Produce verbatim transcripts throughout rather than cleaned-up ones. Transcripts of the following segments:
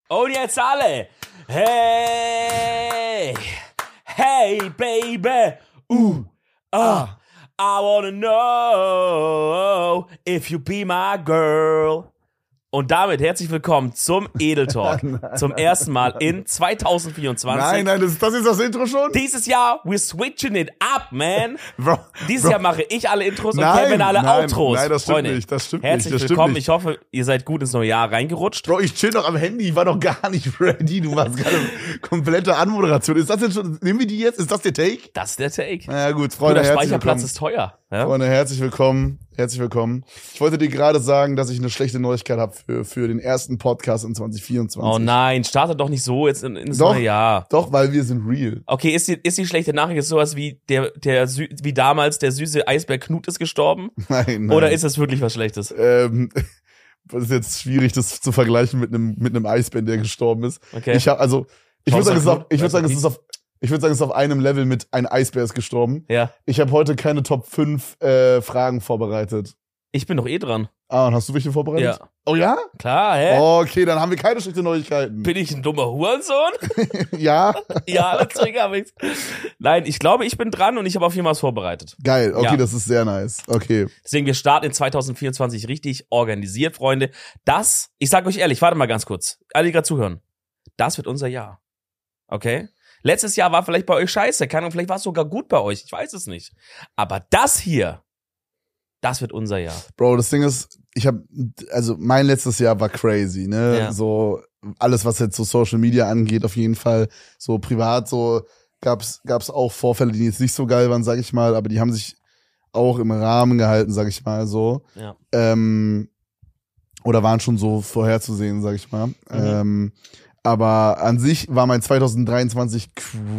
Und jetzt alle. Hey, hey, baby. Uh, ah. I wanna know if you be my girl. Und damit herzlich willkommen zum Edel Talk. Zum ersten Mal in zwanzig vierundzwanzig. Nein, nein, das, das ist das Intro schon? Dieses Jahr, we're switching it up, man. Bro, Dieses Bro. Jahr mache ich alle Intros und Nein, Kevin alle nein, Outros. nein, das stimmt Freunde, nicht, das stimmt herzlich nicht, das willkommen. stimmt Ich hoffe, ihr seid gut ins neue Jahr reingerutscht. Bro, ich chill doch am Handy, ich war doch gar nicht ready. Du machst gerade komplette Anmoderation. Ist das jetzt schon, nehmen wir die jetzt? Ist das der Take? Das ist der Take. Na ja, gut, Nur Freunde, der herzlich Speicherplatz willkommen. ist teuer. Ja? Freunde, herzlich willkommen. Herzlich willkommen. Ich wollte dir gerade sagen, dass ich eine schlechte Neuigkeit habe für, für den ersten Podcast in zwanzig vierundzwanzig. Oh nein, startet doch nicht so jetzt in, ins Doch. neue Jahr. Doch, weil wir sind real. Okay, ist die, ist die schlechte Nachricht jetzt sowas wie der, der, Sü- wie damals der süße Eisbär Knut ist gestorben? Nein, nein. Oder ist das wirklich was Schlechtes? Ähm, das ist jetzt schwierig, das zu vergleichen mit einem mit einem Eisbären, der gestorben ist. Okay. Ich habe also, ich würde sagen, es ist auf, ich würde sagen, es ist Knut. auf, ich würde sagen, es ist auf einem Level mit ein Eisbär ist gestorben. Ja. Ich habe heute keine Top fünf äh, Fragen vorbereitet. Ich bin doch eh dran. Ah, und hast du welche vorbereitet? Ja. Oh ja? Klar, hä? Okay, dann haben wir keine schlechten Neuigkeiten. Bin ich ein dummer Hurensohn? Ja? Ja, deswegen habe ich's. Nein, ich glaube, ich bin dran und ich habe auf jeden Fall was vorbereitet. Geil, okay, Ja. das ist sehr nice. Okay. Deswegen, wir starten in zwanzig vierundzwanzig richtig organisiert, Freunde. Das, ich sag euch ehrlich, warte mal ganz kurz. Alle, die gerade zuhören. Das wird unser Jahr. Okay? Letztes Jahr war vielleicht bei euch scheiße. Keine Ahnung, vielleicht war es sogar gut bei euch. Ich weiß es nicht. Aber das hier, das wird unser Jahr. Bro, das Ding ist, ich habe, also mein letztes Jahr war crazy, ne? Ja. So alles, was jetzt so Social Media angeht, auf jeden Fall. So privat, so gab's gab's auch Vorfälle, die jetzt nicht so geil waren, sag ich mal, aber die haben sich auch im Rahmen gehalten, sag ich mal so. Ja. Ähm, oder waren schon so vorherzusehen, sag ich mal. Ähm, aber an sich war mein zwanzig dreiundzwanzig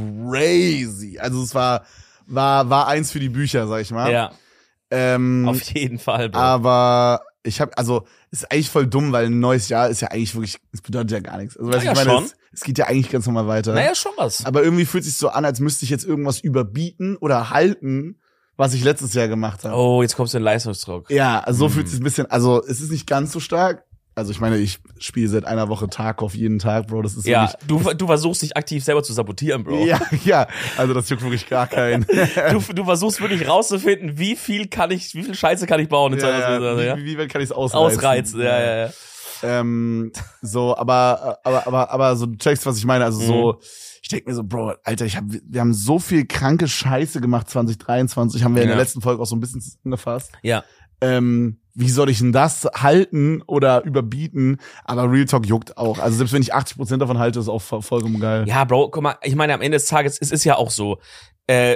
crazy. Also es war war war eins für die Bücher, sag ich mal. Ja, Ähm, auf jeden Fall, Bro. aber ich habe, also, ist eigentlich voll dumm, weil ein neues Jahr ist ja eigentlich wirklich, es bedeutet ja gar nichts. Also, weißt du, Naja, ich meine, schon. es, es geht ja eigentlich ganz normal weiter. Naja, schon was. Aber irgendwie fühlt sich so an, als müsste ich jetzt irgendwas überbieten oder halten, was ich letztes Jahr gemacht habe. Oh, jetzt kommst du in den Leistungsdruck. Ja, also so Hm. fühlt sich ein bisschen, also es ist nicht ganz so stark. Also ich meine, ich spiele seit einer Woche Tarkov jeden Tag, Bro. Das ist Ja, wirklich, du, du versuchst dich aktiv selber zu sabotieren, Bro. ja, ja, also das juckt wirklich gar keinen. Du, du versuchst wirklich rauszufinden, wie viel kann ich, wie viel Scheiße kann ich bauen in ja, zwanzig ja, vierundzwanzig, ja? wie, wie weit kann ich es ausreizen? Ausreizen, ja, ja, ja. Ähm, so, aber, aber, aber, aber so, du checkst, was ich meine. Also so, ich denk mir so, Bro, Alter, ich hab, wir haben so viel kranke Scheiße gemacht zwanzig dreiundzwanzig, haben wir in Ja. der letzten Folge auch so ein bisschen zusammengefasst. Ja. Ähm, wie soll ich denn das halten oder überbieten? Aber Real Talk juckt auch. Also selbst wenn ich achtzig Prozent davon halte, ist auch voll- vollkommen geil. Ja, Bro, guck mal, ich meine, am Ende des Tages, es ist ja auch so, äh,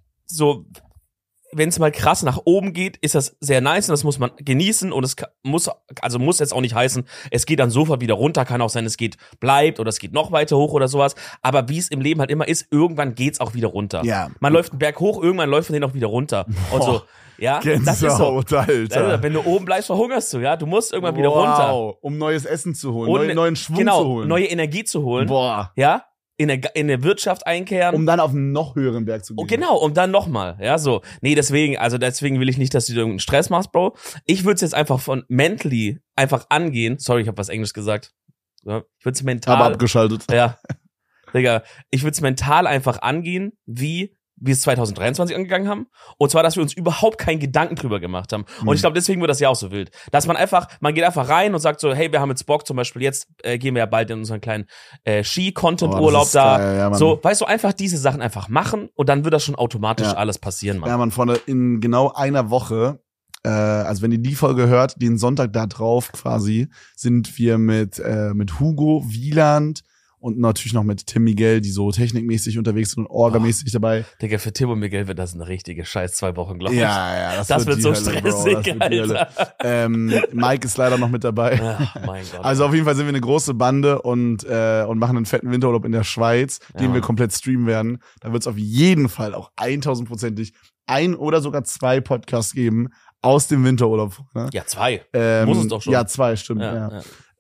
so, wenn es mal krass nach oben geht, ist das sehr nice und das muss man genießen und es ka- muss, also muss jetzt auch nicht heißen, es geht dann sofort wieder runter, kann auch sein, es geht, bleibt oder es geht noch weiter hoch oder sowas, aber wie es im Leben halt immer ist, irgendwann geht's auch wieder runter. Ja. Man läuft einen Berg hoch, irgendwann läuft man den auch wieder runter und so, ja, das ist so. Gänsehaut, Alter. Also, wenn du oben bleibst, verhungerst du, ja, du musst irgendwann wieder runter. Wow, um neues Essen zu holen, Und neuen, neuen Schwung genau, zu holen. neue Energie zu holen, Boah. ja, in der, in der Wirtschaft einkehren. Um dann auf einen noch höheren Berg zu gehen. Oh, genau, und dann nochmal, ja, so. Nee, deswegen, also deswegen will ich nicht, dass du dir irgendeinen Stress machst, Bro. Ich würde es jetzt einfach von mentally einfach angehen. Sorry, ich habe was Englisch gesagt. Ja, ich würde es mental. Aber abgeschaltet. Ja. Digga, ich würde es mental einfach angehen, wie wir es zwanzig dreiundzwanzig angegangen haben. Und zwar, dass wir uns überhaupt keinen Gedanken drüber gemacht haben. Und ich glaube, deswegen wird das ja auch so wild. Dass man einfach, man geht einfach rein und sagt so, hey, wir haben jetzt Bock, zum Beispiel jetzt äh, gehen wir ja bald in unseren kleinen äh, Ski-Content-Urlaub Oh, das ist da. geil, ja, Mann. So, weißt du, einfach diese Sachen einfach machen und dann wird das schon automatisch Ja. alles passieren, Mann. Ja, man, Freunde, in genau einer Woche, äh, also wenn ihr die Folge hört, den Sonntag da drauf quasi, sind wir mit, äh, mit Hugo, Wieland und natürlich noch mit Tim Miguel, die so technikmäßig unterwegs sind und orgamäßig dabei. Digga, für Tim und Miguel wird das eine richtige scheiß zwei Wochen, glaube ich. Ja, ja, das, Das wird die so Hölle, Bro, stressig, das wird die Hölle. Alter. Ähm, Mike ist leider noch mit dabei. Ach, mein Gott. Also auf jeden Fall sind wir eine große Bande und äh, und machen einen fetten Winterurlaub in der Schweiz, den Ja. wir komplett streamen werden. Da wird es auf jeden Fall auch tausendprozentig ein oder sogar zwei Podcasts geben aus dem Winterurlaub. Ne? ja, zwei. Ähm, Muss es doch schon. Ja, zwei, stimmt. Ja, Ja, ja.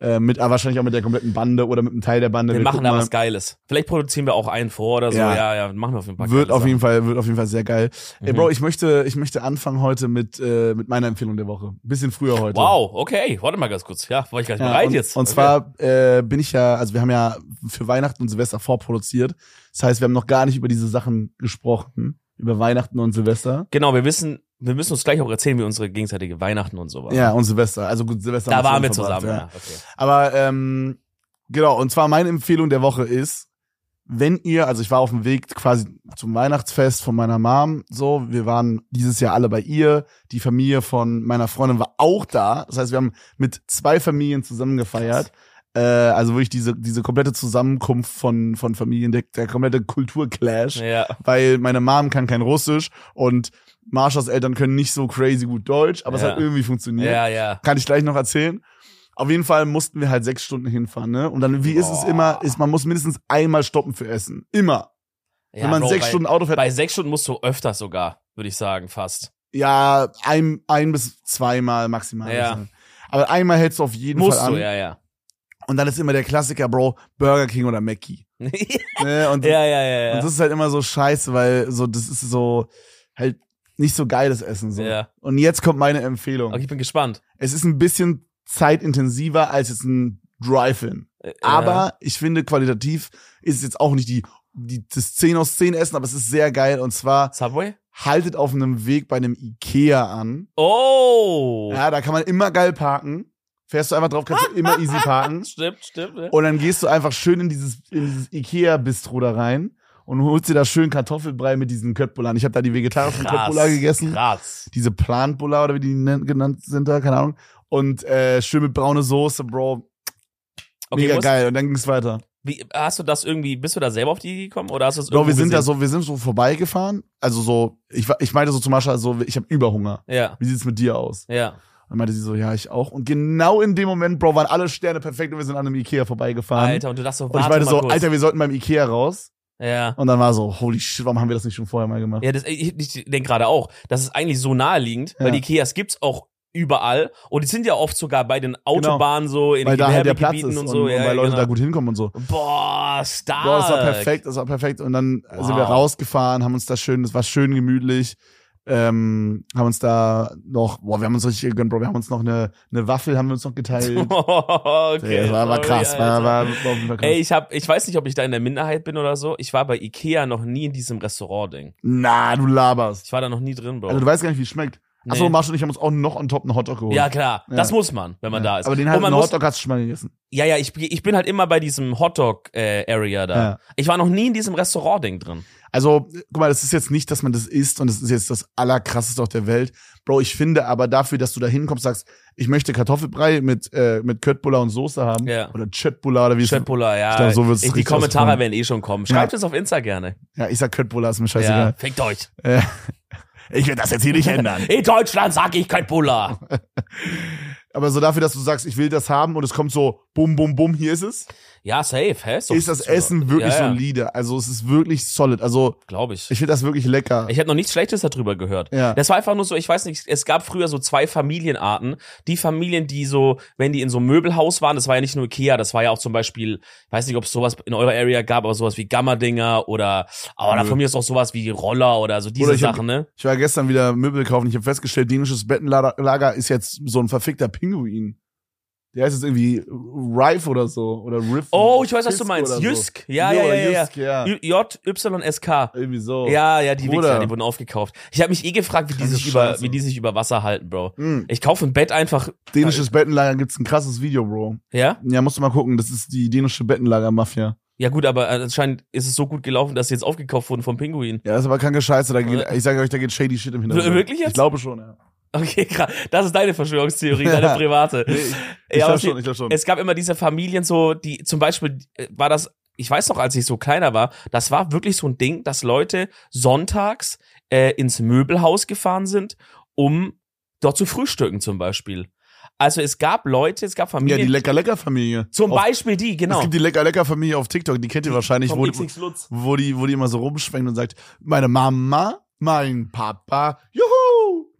Äh, mit, aber wahrscheinlich auch mit der kompletten Bande oder mit einem Teil der Bande. Wir, Wir machen gucken da mal. was Geiles. Vielleicht produzieren wir auch einen vor oder so. Ja. Ja, ja, machen wir auf jeden Fall. Wird geile auf jeden Sachen. Fall, wird auf jeden Fall sehr geil. Mhm. Ey, Bro, ich möchte, ich möchte anfangen heute mit, äh, mit meiner Empfehlung der Woche. Ein bisschen früher heute. Wow, okay. Warte mal ganz kurz. Ja, war ich gar nicht Ja, bereit und, jetzt. Und okay. zwar äh, bin ich ja, also wir haben ja für Weihnachten und Silvester vorproduziert. Das heißt, wir haben noch gar nicht über diese Sachen gesprochen. Über Weihnachten und Silvester. Genau, wir wissen, wir müssen uns gleich auch erzählen, wie unsere gegenseitige Weihnachten und so war. Ja, und Silvester. Also gut, Silvester. Da haben waren wir verbracht, zusammen, ja. ja. Okay. Aber ähm, genau, und zwar meine Empfehlung der Woche ist, wenn ihr, also ich war auf dem Weg quasi zum Weihnachtsfest von meiner Mom, so, wir waren dieses Jahr alle bei ihr, die Familie von meiner Freundin war auch da, das heißt, wir haben mit zwei Familien zusammen gefeiert, äh, also wirklich diese diese komplette Zusammenkunft von von Familien, der, der komplette Kulturclash, Ja. weil meine Mom kann kein Russisch und Marshas Eltern können nicht so crazy gut Deutsch, aber es Ja. hat irgendwie funktioniert. Ja, ja. Kann ich gleich noch erzählen. Auf jeden Fall mussten wir halt sechs Stunden hinfahren, ne? Und dann, wie ist es Boah. immer, ist, man muss mindestens einmal stoppen für Essen. Immer. Ja, Wenn man Bro, sechs bei, Stunden Auto fährt. Bei sechs Stunden musst du öfter sogar, würde ich sagen, fast. Ja, ein, ein bis zweimal maximal. Ja. Aber einmal hältst du auf jeden Musst Fall an. du, ja, ja. Und dann ist immer der Klassiker, Bro, Burger King oder Mackie. ja, Ne? Und, ja, ja, ja. und das ist halt immer so scheiße, weil so, das ist so, halt nicht so geiles Essen, so. Ja. Und jetzt kommt meine Empfehlung. Okay, ich bin gespannt. Es ist ein bisschen zeitintensiver als jetzt ein Drive-In. Äh, Aber ich finde, qualitativ ist es jetzt auch nicht die, die das zehn aus zehn Essen, aber es ist sehr geil. Und zwar, Subway? haltet auf einem Weg bei einem Ikea an. Oh! Ja, da kann man immer geil parken. Fährst du einfach drauf, kannst du immer easy parken. Stimmt, stimmt. Ja. Und dann gehst du einfach schön in dieses, in dieses Ikea-Bistro da rein und holst dir da schön Kartoffelbrei mit diesen Köttbullar. Ich habe da die vegetarischen Köttbullar gegessen. Krass. Diese Plantbullar oder wie die nen- genannt sind da, keine Ahnung. Und äh, schön mit braune Soße, Bro. Okay, Mega muss- geil. Und dann ging's weiter. Wie, hast du das irgendwie, bist du da selber auf die Idee gekommen oder hast du das Bro, irgendwo wir sind gesehen? da so, wir sind so vorbeigefahren. Also so, ich, wa- ich meinte so zum Beispiel, also ich habe Überhunger. Ja, Wie sieht's mit dir aus? ja. Dann meinte sie so, ja, ich auch. Und genau in dem Moment, Bro, waren alle Sterne perfekt und wir sind an einem Ikea vorbeigefahren. Alter, und du dachtest so, und ich warte meinte mal so, kurz. Alter, wir sollten beim Ikea raus. Ja. Und dann war so, holy shit, warum haben wir das nicht schon vorher mal gemacht? Ja, das, ich, ich denke gerade auch, das ist eigentlich so naheliegend, Ja. weil die Ikeas gibt's auch überall und die sind ja oft sogar bei den Autobahnen so, in Weil den da halt der Platz ist Gewerbegebieten und, und so. und ja, weil Leute genau. da gut hinkommen und so. Boah, stark. Boah, das war perfekt, das war perfekt. Und dann Wow. sind wir rausgefahren, haben uns da schön, das war schön gemütlich. Ähm, haben uns da noch, boah, wir haben uns richtig gegönnt, Bro, wir haben uns noch eine, eine Waffel, haben wir uns noch geteilt. okay, das war, war krass, sorry, war, Alter. war, war auf jeden Fall krass. Ey, ich hab, ich weiß nicht, ob ich da in der Minderheit bin oder so. Ich war bei Ikea noch nie in diesem Restaurant-Ding. Na, du laberst. Ich war da noch nie drin, Bro. Also du weißt gar nicht, wie es schmeckt. Achso, Nee. Marsch und ich haben uns auch noch on top einen Hotdog geholt. Ja, klar. Ja. Das muss man, wenn man Ja. da ist. Aber den Und halt man einen muss, Hotdog hast du schon mal gegessen. ja, ja, ich, ich bin halt immer bei diesem Hotdog-Area da. Ja. Ich war noch nie in diesem Restaurant-Ding drin. Also, guck mal, das ist jetzt nicht, dass man das isst und das ist jetzt das allerkrasseste auf der Welt. Bro, ich finde aber dafür, dass du da hinkommst, sagst, ich möchte Kartoffelbrei mit, äh, mit Köttbullar und Soße haben. Ja. Oder Chöttbullar oder wie es Schöttbullar, ja. Ich glaub, so wird's ich, die richtig Kommentare ausgesprochen. werden eh schon kommen. Schreibt es auf Insta gerne. Ja, ich sag Köttbullar, ist mir Ja, scheißegal. fickt euch. Äh, ich werde das jetzt hier nicht ändern. In Deutschland sag ich Köttbullar. Aber so dafür, dass du sagst, ich will das haben und es kommt so, bum, bum, bum, hier ist es, Ja, safe, hä? Ist, doch- ist das Essen wirklich ja, ja. solide. Also es ist wirklich solid. Also Glaube ich. ich finde das wirklich lecker. Ich hätte noch nichts Schlechtes darüber gehört. Ja. Das war einfach nur so, ich weiß nicht, es gab früher so zwei Familienarten. Die Familien, die so, wenn die in so einem Möbelhaus waren, das war ja nicht nur Ikea, das war ja auch zum Beispiel, ich weiß nicht, ob es sowas in eurer Area gab, aber sowas wie Gamma-Dinger oder, aber Nö. von mir ist auch sowas wie Roller oder so diese Oder ich hab- Sachen, ne? Ich war gestern wieder Möbel kaufen. Ich habe festgestellt, dänisches Bettenlager ist jetzt so ein verfickter Pinguin. Der heißt jetzt irgendwie Rife oder so. Oder Riff. Oh, ich weiß, was du Fisk meinst. oder so. Jysk. Ja, ja, ja, ja. Jysk, ja. J Y S K. Irgendwie so. Ja, ja, die Bruder. Wichser, die wurden aufgekauft. Ich habe mich eh gefragt, wie die Krasse sich über, Scheiße. wie die sich über Wasser halten, Bro. Mhm. Ich kaufe ein Bett einfach, Dänisches Bettenlager gibt's ein krasses Video, Bro. ja? Ja, musst du mal gucken. Das ist die dänische Bettenlager-Mafia. Ja gut, aber anscheinend ist es so gut gelaufen, dass sie jetzt aufgekauft wurden vom Pinguin. Ja, das ist aber kranke Scheiße. Da geht, Ja. ich sage euch, da geht shady shit im Hintergrund. Wirklich jetzt? Ich glaube schon, ja. Okay, krass. Das ist deine Verschwörungstheorie, deine private. Nee, ich ich Ja, aber glaube schon, sie- ich glaube schon. Es gab immer diese Familien so, die zum Beispiel äh, war das, ich weiß noch, als ich so kleiner war, das war wirklich so ein Ding, dass Leute sonntags äh, ins Möbelhaus gefahren sind, um dort zu frühstücken zum Beispiel. Also es gab Leute, es gab Ja, Familien, die Lecker-Lecker-Familie. zum Auf- Beispiel die, Es genau. gibt die Lecker-Lecker-Familie auf TikTok, die kennt ihr wahrscheinlich, Vom wo, X X Lutz. wo, die, wo die immer so rumschwenkt und sagt, meine Mama, mein Papa, juhu!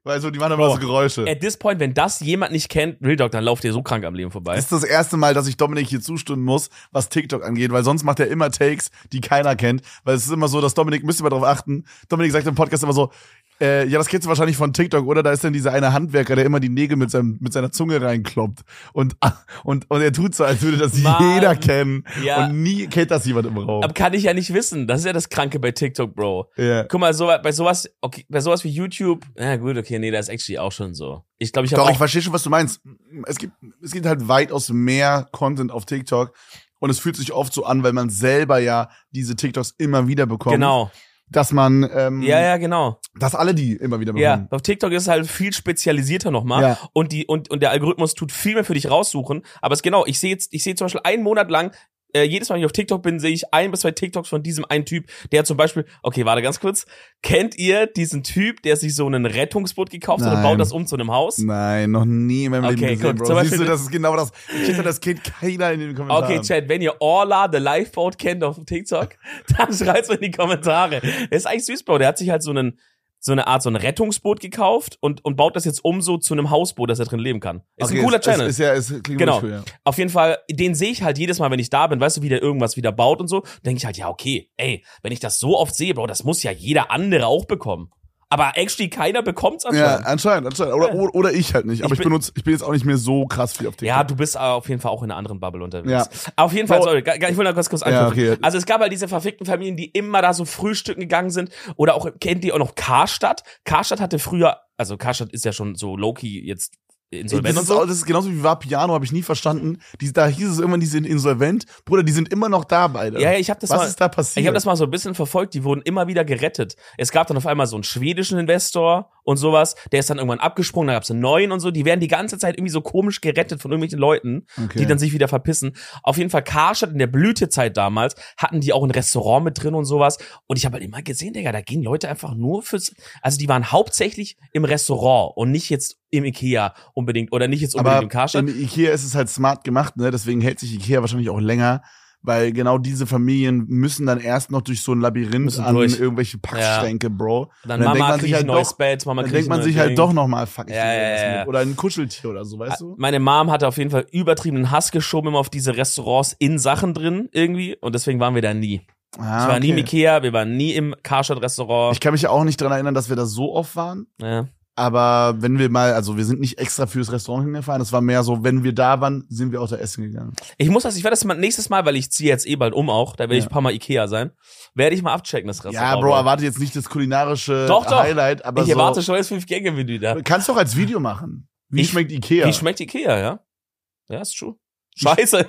Weißt du, die machen immer Bro, so Geräusche. At this point, wenn das jemand nicht kennt, Real Talk, dann lauft ihr so krank am Leben vorbei. Das ist das erste Mal, dass ich Dominik hier zustimmen muss, was TikTok angeht, weil sonst macht er immer Takes, die keiner kennt. Weil es ist immer so, dass Dominik, müsst ihr mal drauf achten, Dominik sagt im Podcast immer so, äh, ja, das kennst du wahrscheinlich von TikTok, oder? Da ist dann dieser eine Handwerker, der immer die Nägel mit, seinem, mit seiner Zunge reinkloppt. Und, und, und er tut so, als würde das Mann. jeder kennen. Ja. Und nie kennt das jemand im Raum. Aber kann ich ja nicht wissen. Das ist ja das Kranke bei TikTok, Bro. Ja. Guck mal, so, bei sowas, okay, bei sowas wie YouTube, ja gut, okay, nee, das ist actually auch schon so. Ich glaube, ich habe Doch, auch ich verstehe schon, was du meinst. Es gibt, es gibt halt weitaus mehr Content auf TikTok. Und es fühlt sich oft so an, weil man selber ja diese TikToks immer wieder bekommt. Genau. Dass man, ähm, Ja, ja, genau. dass alle die immer wieder Ja, bekommen. auf TikTok ist es halt viel spezialisierter nochmal. Ja. Und die, und, und der Algorithmus tut viel mehr für dich raussuchen. Aber es ist genau, ich sehe jetzt, ich sehe zum Beispiel einen Monat lang, äh, jedes Mal, wenn ich auf TikTok bin, sehe ich ein bis zwei TikToks von diesem einen Typ, der zum Beispiel, okay, warte ganz kurz, kennt ihr diesen Typ, der sich so einen Rettungsboot gekauft hat und Nein. baut das um zu einem Haus? Nein, noch nie in meinem Okay, Leben gesehen, guck, Bro. zum Siehst du, Beispiel- das ist genau das. Ich finde, das kennt keiner in den Kommentaren. Okay, Chat, wenn ihr Orla, the Lifeboat, kennt auf TikTok, dann schreibt's mir in die Kommentare. Der ist eigentlich süß, Bro. Der hat sich halt so einen, so eine Art, so ein Rettungsboot gekauft und, und baut das jetzt um so zu einem Hausboot, dass er drin leben kann. Ist Okay, ein cooler es, Channel. Es, ist ja, es klingt Genau. cool, ja. Auf jeden Fall, den sehe ich halt jedes Mal, wenn ich da bin, weißt du, wie der irgendwas wieder baut und so, denke ich halt, ja, okay, ey, wenn ich das so oft sehe, Bro, das muss ja jeder andere auch bekommen. Aber actually keiner bekommt's Ja, anscheinend. anscheinend, anscheinend. Oder, Ja. oder, oder ich halt nicht. Aber Ich ich, bin- benutze, ich bin jetzt auch nicht mehr so krass viel auf TikTok. Ja, du bist äh, auf jeden Fall auch in einer anderen Bubble unterwegs. Ja. Auf jeden Fall, Bro- sorry, ga- ga- ich will noch ganz kurz Ja, anknüpfen. okay. Also es gab halt diese verfickten Familien, die immer da so frühstücken gegangen sind. Oder auch, kennt ihr auch noch Karstadt? Karstadt hatte früher, also Karstadt ist ja schon so low-key jetzt insolvent das, und ist, so. auch- das ist genauso wie Vapiano, habe ich nie verstanden. Die, da hieß es irgendwann, die sind insolvent. Bruder, die sind immer noch da beide. Ja, ja, ich habe das Was mal, ist da passiert? ich habe das mal so ein bisschen verfolgt, die wurden immer wieder gerettet. Es gab dann auf einmal so einen schwedischen Investor und sowas, der ist dann irgendwann abgesprungen, dann gab's einen neuen und so, die werden die ganze Zeit irgendwie so komisch gerettet von irgendwelchen Leuten, Okay. die dann sich wieder verpissen. Auf jeden Fall Karstadt in der Blütezeit damals hatten die auch ein Restaurant mit drin und sowas und ich habe halt immer gesehen, Digga, da gehen Leute einfach nur fürs, also die waren hauptsächlich im Restaurant und nicht jetzt im Ikea unbedingt oder nicht jetzt unbedingt Aber im Karstadt. in Ikea ist es halt smart gemacht, ne? Deswegen hält sich Ikea wahrscheinlich auch länger, weil genau diese Familien müssen dann erst noch durch so ein Labyrinth Müssen an durch. irgendwelche Packschränke, Bro. Dann, Und Mama denkt man kriegt sich halt ein neues doch, Bett, Mama dann kriegt denkt man ein sich neues halt Ding. doch nochmal, fuck, ich Ja, will ja, was ja. mit. Oder ein Kuscheltier oder so, weißt du? Meine Mom hatte auf jeden Fall übertriebenen Hass geschoben immer auf diese Restaurants in Sachen drin irgendwie und deswegen waren wir da nie. Ah, ich war nie im okay. Ikea, wir waren nie im Karstadt-Restaurant. Ich kann mich ja auch nicht dran erinnern, dass wir da so oft waren. Ja. Aber wenn wir mal, also wir sind nicht extra fürs Restaurant hingefahren, das war mehr so, wenn wir da waren, sind wir auch da essen gegangen. Ich muss das, ich werde das mal nächstes Mal, weil ich ziehe jetzt eh bald um auch, da werde ich Ja. ein paar Mal Ikea sein, werde ich mal abchecken, das Restaurant. Ja, Bro, erwarte jetzt nicht das kulinarische Doch, doch. Highlight, aber Ich so. erwarte schon das Fünf-Gänge-Menü da. Kannst doch als Video machen. Wie Ich- schmeckt Ikea? Wie schmeckt Ikea, ja? Ja, ist true. Scheiße.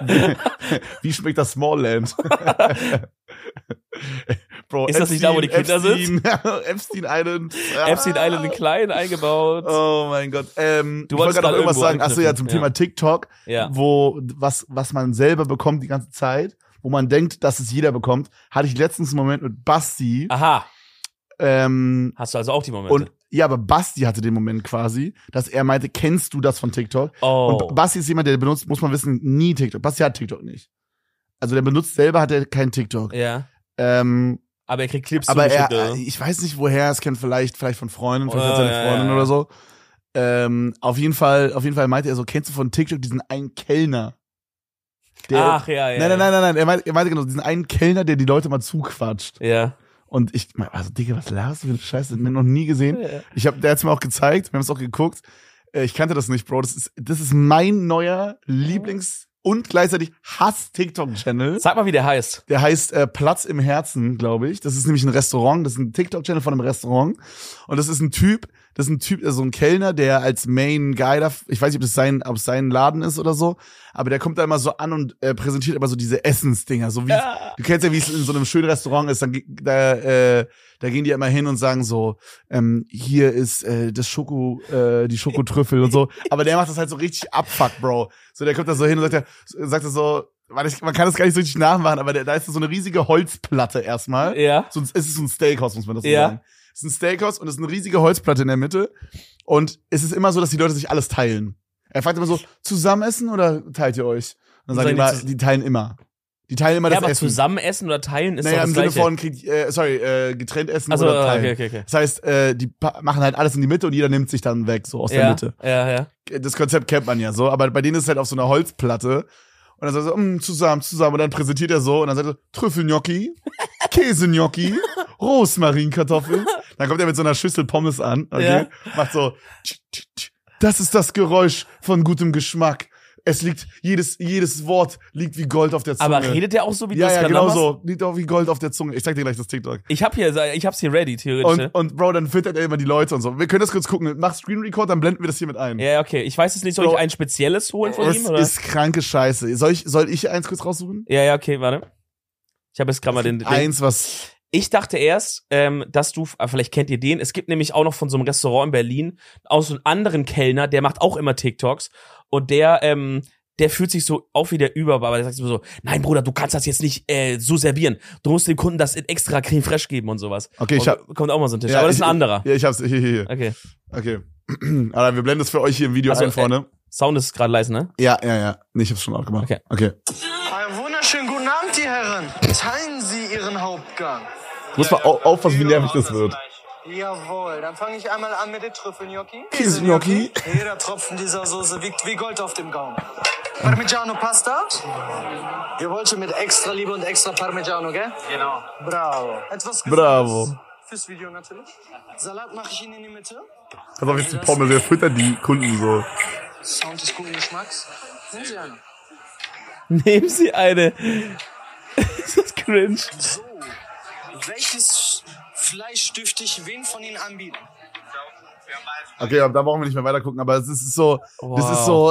Wie schmeckt das Smallland? Bro, Ist das nicht da, wo die Kinder Epstein, Epstein Island. Ah. Epstein Island in klein eingebaut. Oh mein Gott. Ähm, Du ich wollte wolltest gerade noch gerade irgendwas irgendwo sagen. Achso, ja, zum anknüpfen. Thema TikTok, Ja. wo was, was man selber bekommt die ganze Zeit, wo man denkt, dass es jeder bekommt, hatte ich letztens einen Moment mit Basti. Aha. Ähm, Hast du also auch die Momente? und ja, aber Basti hatte den Moment quasi, dass er meinte, kennst du das von TikTok? oh. Und Basti ist jemand, der benutzt, muss man wissen, nie TikTok. Basti hat TikTok nicht. Also der benutzt selber, hat er kein TikTok. ja. Ähm, Aber er kriegt Clips aber er, zugeschickt, oder? ich weiß nicht, woher er es kennt, vielleicht, vielleicht von Freunden, vielleicht Oh, hat seine ja, Freundin ja, ja. oder so. Ähm, auf jeden Fall, auf jeden Fall meinte er so, kennst du von TikTok diesen einen Kellner? Der, Ach, ja, ja. nein, nein, nein, nein, nein, er meinte, er meinte genau, diesen einen Kellner, der die Leute mal zuquatscht. Ja. Und ich, also Digga, was laberst du für eine Scheiße? Den hab ich noch nie gesehen. Ja. Ich hab, der hat's mir auch gezeigt, wir haben es auch geguckt. Äh, Ich kannte das nicht, Bro. Das ist, das ist mein neuer Lieblings- und gleichzeitig Hass-TikTok-Channel. Sag mal, wie der heißt. Der heißt äh, Platz im Herzen, glaube ich. Das ist nämlich ein Restaurant. Das ist ein TikTok-Channel von einem Restaurant. Und das ist ein Typ, das ist ein Typ, also ein Kellner, der als Main Guy da, ich weiß nicht, ob das sein, ob es sein Laden ist oder so, aber der kommt da immer so an und äh, präsentiert immer so diese Essensdinger, so wie Ja. du kennst ja, wie es in so einem schönen Restaurant ist, dann ge- da äh, da gehen die immer hin und sagen so, ähm, hier ist äh, das Schoko, äh, die Schokotrüffel und so. Aber der macht das halt so richtig abfuck, Bro. So, der kommt da so hin und sagt, er, sagt er so, warte, ich, man kann das gar nicht so richtig nachmachen, aber der, da ist so eine riesige Holzplatte erstmal. Ja. So, es ist so ein Steakhouse, muss man das so Ja. sagen. Es ist ein Steakhouse und es ist eine riesige Holzplatte in der Mitte. Und es ist immer so, dass die Leute sich alles teilen. Er fragt immer so, zusammen essen oder teilt ihr euch? Und dann sagen die, Sagen die immer, die teilen immer. Die teilen immer Ja, das aber Essen. zusammen essen oder teilen ist naja, doch das im Sinne Gleiche. von, krieg, äh, sorry, äh, getrennt essen Also, oder teilen. okay, okay, okay. Das heißt, äh, die pa- machen halt alles in die Mitte und jeder nimmt sich dann weg, so aus ja, der Mitte. Ja, ja. Das Konzept kennt man ja so, aber bei denen ist es halt auf so einer Holzplatte. Und dann sagt er so, mm, zusammen, zusammen. Und dann präsentiert er so und dann sagt er, Trüffelgnocchi, Käsegnocchi, Rosmarinkartoffeln. Dann kommt er mit so einer Schüssel Pommes an, okay? Ja. Macht so, tsch, tsch, tsch. Das ist das Geräusch von gutem Geschmack. Es liegt, jedes, jedes Wort liegt wie Gold auf der Zunge. Aber redet der auch so, wie du ja, das ja, gerade genau machst? so. Liegt auch wie Gold auf der Zunge. Ich zeig dir gleich das TikTok. Ich hab hier, ich hab's hier ready, theoretisch. Und, und Bro, dann füttert er immer die Leute und so. Wir können das kurz gucken. Mach Screen Record, dann blenden wir das hier mit ein. Ja, okay. Ich weiß jetzt nicht, soll Bro, ich ein spezielles holen von das ihm, oder? ist kranke Scheiße. Soll ich, soll ich eins kurz raussuchen? Ja, ja, okay, warte. Ich habe jetzt gerade mal den, den. Eins, was. Ich dachte erst, ähm, dass du, äh, vielleicht kennt ihr den, es gibt nämlich auch noch von so einem Restaurant in Berlin auch so einen anderen Kellner, der macht auch immer TikToks und der, ähm, der fühlt sich so auch wie der Überbau, aber der sagt so, nein Bruder, du kannst das jetzt nicht äh, so servieren. Du musst dem Kunden das in extra Creme Fraiche geben und sowas. Okay, ich hab. Und kommt auch mal so ein Tisch, Ja, aber das ich, ist ein anderer. Ja, ich hab's. Hier, hier, hier. Okay. Okay. Aber wir blenden das für euch hier im Video Also, ein vorne. Sound ist gerade leise, ne? Ja, ja, ja. Nee, ich hab's schon auch gemacht. Okay. Okay. Einen wunderschönen guten Abend, die Herren. Teilen Sie Ihren Hauptgang. Du musst mal au- aufpassen, wie nervig das wird. Jawohl, dann fange ich einmal an mit den Trüffelgnocchi. Käsegnocchi. Jeder Tropfen dieser Soße wiegt wie Gold auf dem Gaumen. Parmigiano Pasta. Ihr wollt schon mit extra Liebe und extra Parmigiano, gell? Genau. Bravo. Etwas Gesundes. Bravo. Fürs Video natürlich. Salat mache ich Ihnen in die Mitte. Pass auf, jetzt die Pommes, der füttert die Kunden so. Sound des guten Geschmacks. Nehmen Sie eine. Nehmen Sie eine. Ist das cringe? So. Welches Fleisch dürfte ich wen von Ihnen anbieten? Okay, da brauchen wir nicht mehr weiter gucken, aber es ist so, Wow. das ist so,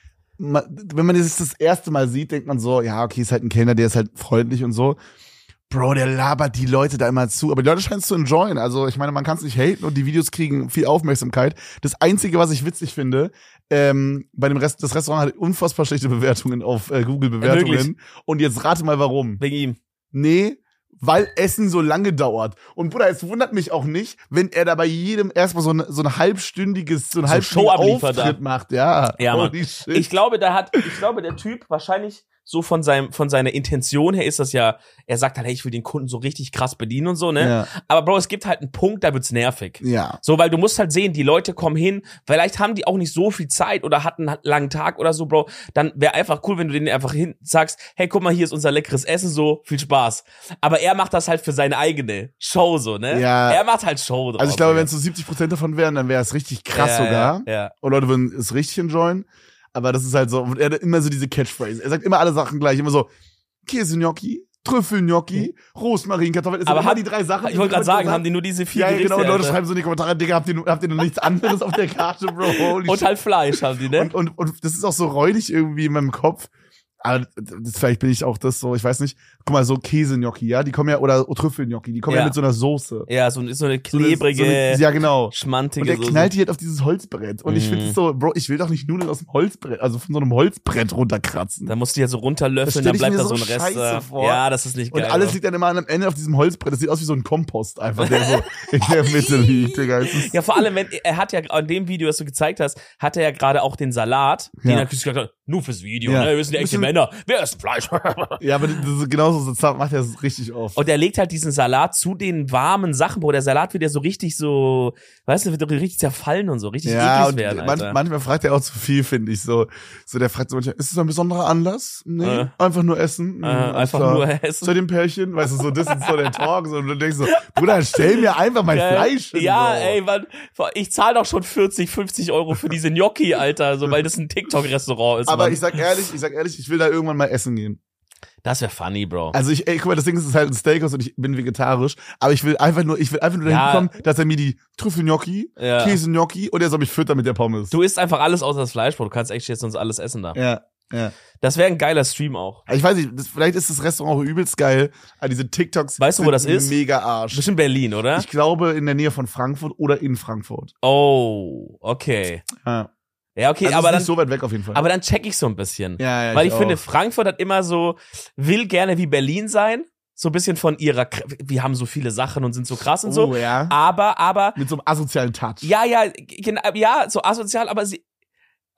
ma- wenn man das das erste Mal sieht, denkt man so, ja, okay, ist halt ein Kellner, der ist halt freundlich und so. Bro, der labert die Leute da immer zu, aber die Leute scheinen es zu enjoyen. Also ich meine, man kann es nicht haten und die Videos kriegen viel Aufmerksamkeit. Das Einzige, was ich witzig finde, ähm, bei dem Rest, das Restaurant hat unfassbar schlechte Bewertungen auf äh, Google-Bewertungen. Wirklich? Und jetzt rate mal, warum. Wegen ihm. Nee, weil Essen so lange dauert. Und Bruder, es wundert mich auch nicht, wenn er da bei jedem erstmal so ein, so ein halbstündiges, so ein So halbstündigen Show abliefert Auftritt da. macht. Ja, Ja, Mann. Holy shit. Ich glaube, da hat, ich glaube, der Typ wahrscheinlich so von seinem, von seiner Intention her ist das ja, er sagt halt, hey, ich will den Kunden so richtig krass bedienen und so, ne? Ja. Aber Bro, es gibt halt einen Punkt, da wird's nervig. Ja. So, weil du musst halt sehen, die Leute kommen hin, vielleicht haben die auch nicht so viel Zeit oder hatten einen langen Tag oder so, Bro. Dann wäre einfach cool, wenn du denen einfach hin sagst, hey, guck mal, hier ist unser leckeres Essen, so, viel Spaß. Aber er macht das halt für seine eigene Show, so, ne? Ja. Er macht halt Show drauf. Also ich glaube, ey. wenn es so siebzig Prozent davon wären, dann wäre es richtig krass ja, sogar. Ja, ja. Und Leute würden es richtig enjoyen. Aber das ist halt so, und er hat immer so diese Catchphrase. Er sagt immer alle Sachen gleich, immer so, Käsegnocchi, Trüffelgnocchi, Rosmarinkartoffeln. Es sind Aber immer haben- die drei Sachen. Ich wollte gerade die sagen, immer haben die nur diese vier Ja, ja, Gerichte, genau, und Leute Alter. schreiben so in die Kommentare, Digga, habt ihr, habt ihr noch nichts anderes auf der Karte, Bro? Holy Und shit. halt Fleisch haben die, ne? Und, und, und das ist auch so räudig irgendwie in meinem Kopf. Aber das, vielleicht bin ich auch das so, ich weiß nicht. Guck mal, so Käsegnocchi, ja, die kommen ja, oder Trüffelgnocchi, die kommen ja, Ja. mit so einer Soße. Ja, so, so eine So eine- klebrige, so eine, ja, genau. schmantige Und der Soße. knallt die halt auf dieses Holzbrett. Und ich finde Mhm. es so, Bro, ich will doch nicht Nudeln aus dem Holzbrett, also von so einem Holzbrett runterkratzen. Da musst du ja so runterlöffeln, Das stell dann ich bleibt mir da so so ein Rest. scheiße da. vor. Ja, das ist nicht Und geil. alles Bro. liegt dann immer am Ende auf diesem Holzbrett. Das sieht aus wie so ein Kompost einfach, der so in der Mitte liegt, Digga. Es ist- Ja, vor allem, wenn er hat ja an dem Video, das du gezeigt hast, hat er ja gerade auch den Salat, den Ja. er gesagt hat, nur fürs Video, Ja. ne? Wir sind ja echte Bisschen- Männer. Wer isst Fleisch? Ja, aber das ist genauso so macht er es richtig oft. Und er legt halt diesen Salat zu den warmen Sachen, wo der Salat wird ja so richtig so, weißt du, wird doch richtig zerfallen und so, richtig Ja, eklig und werden, man, Alter. manchmal fragt er auch zu viel, finde ich so. So, der fragt so manchmal, ist es ein besonderer Anlass? Nee, Äh. einfach nur essen. Mhm, äh, alles einfach klar. nur essen. Zu dem Pärchen, weißt du, so, das ist so der Talk, so, und du denkst so, Bruder, stell mir einfach mein Geil. Fleisch hin, Ja, Bro. ey, man, ich zahle doch schon vierzig, fünfzig Euro für diese Gnocchi, Alter, so, weil das ein TikTok-Restaurant ist, Aber Mann. ich sag ehrlich, ich sag ehrlich, ich will da irgendwann mal essen gehen. Das wäre funny, Bro. Also ich, ey, guck mal, das Ding ist, es ist halt ein Steakhouse und ich bin vegetarisch, aber ich will einfach nur, ich will einfach nur dahin Ja. kommen, dass er mir die Trüffelgnocchi, Ja. Käsegnocchi und er soll mich füttern mit der Pommes. Du isst einfach alles außer das Fleisch, Bro. Du kannst echt jetzt sonst alles essen da. Ja, ja. Das wäre ein geiler Stream auch. Ich weiß nicht, das, vielleicht ist das Restaurant auch übelst geil, aber diese TikToks Weißt du, wo sind das ist? mega Arsch. Bestimmt Berlin, oder? Ich glaube in der Nähe von Frankfurt oder in Frankfurt. Oh, okay. Ja. Ja, okay, Also aber ist dann, nicht so weit weg auf jeden Fall. aber dann check ich so ein bisschen. ja, ja, Weil ich, ich finde, auch. Frankfurt hat immer so, will gerne wie Berlin sein. So ein bisschen von ihrer, Kr- wir haben so viele Sachen und sind so krass und so. Oh, ja. Aber, aber, Mit so einem asozialen Touch. ja, ja, genau, ja, so asozial, aber sie,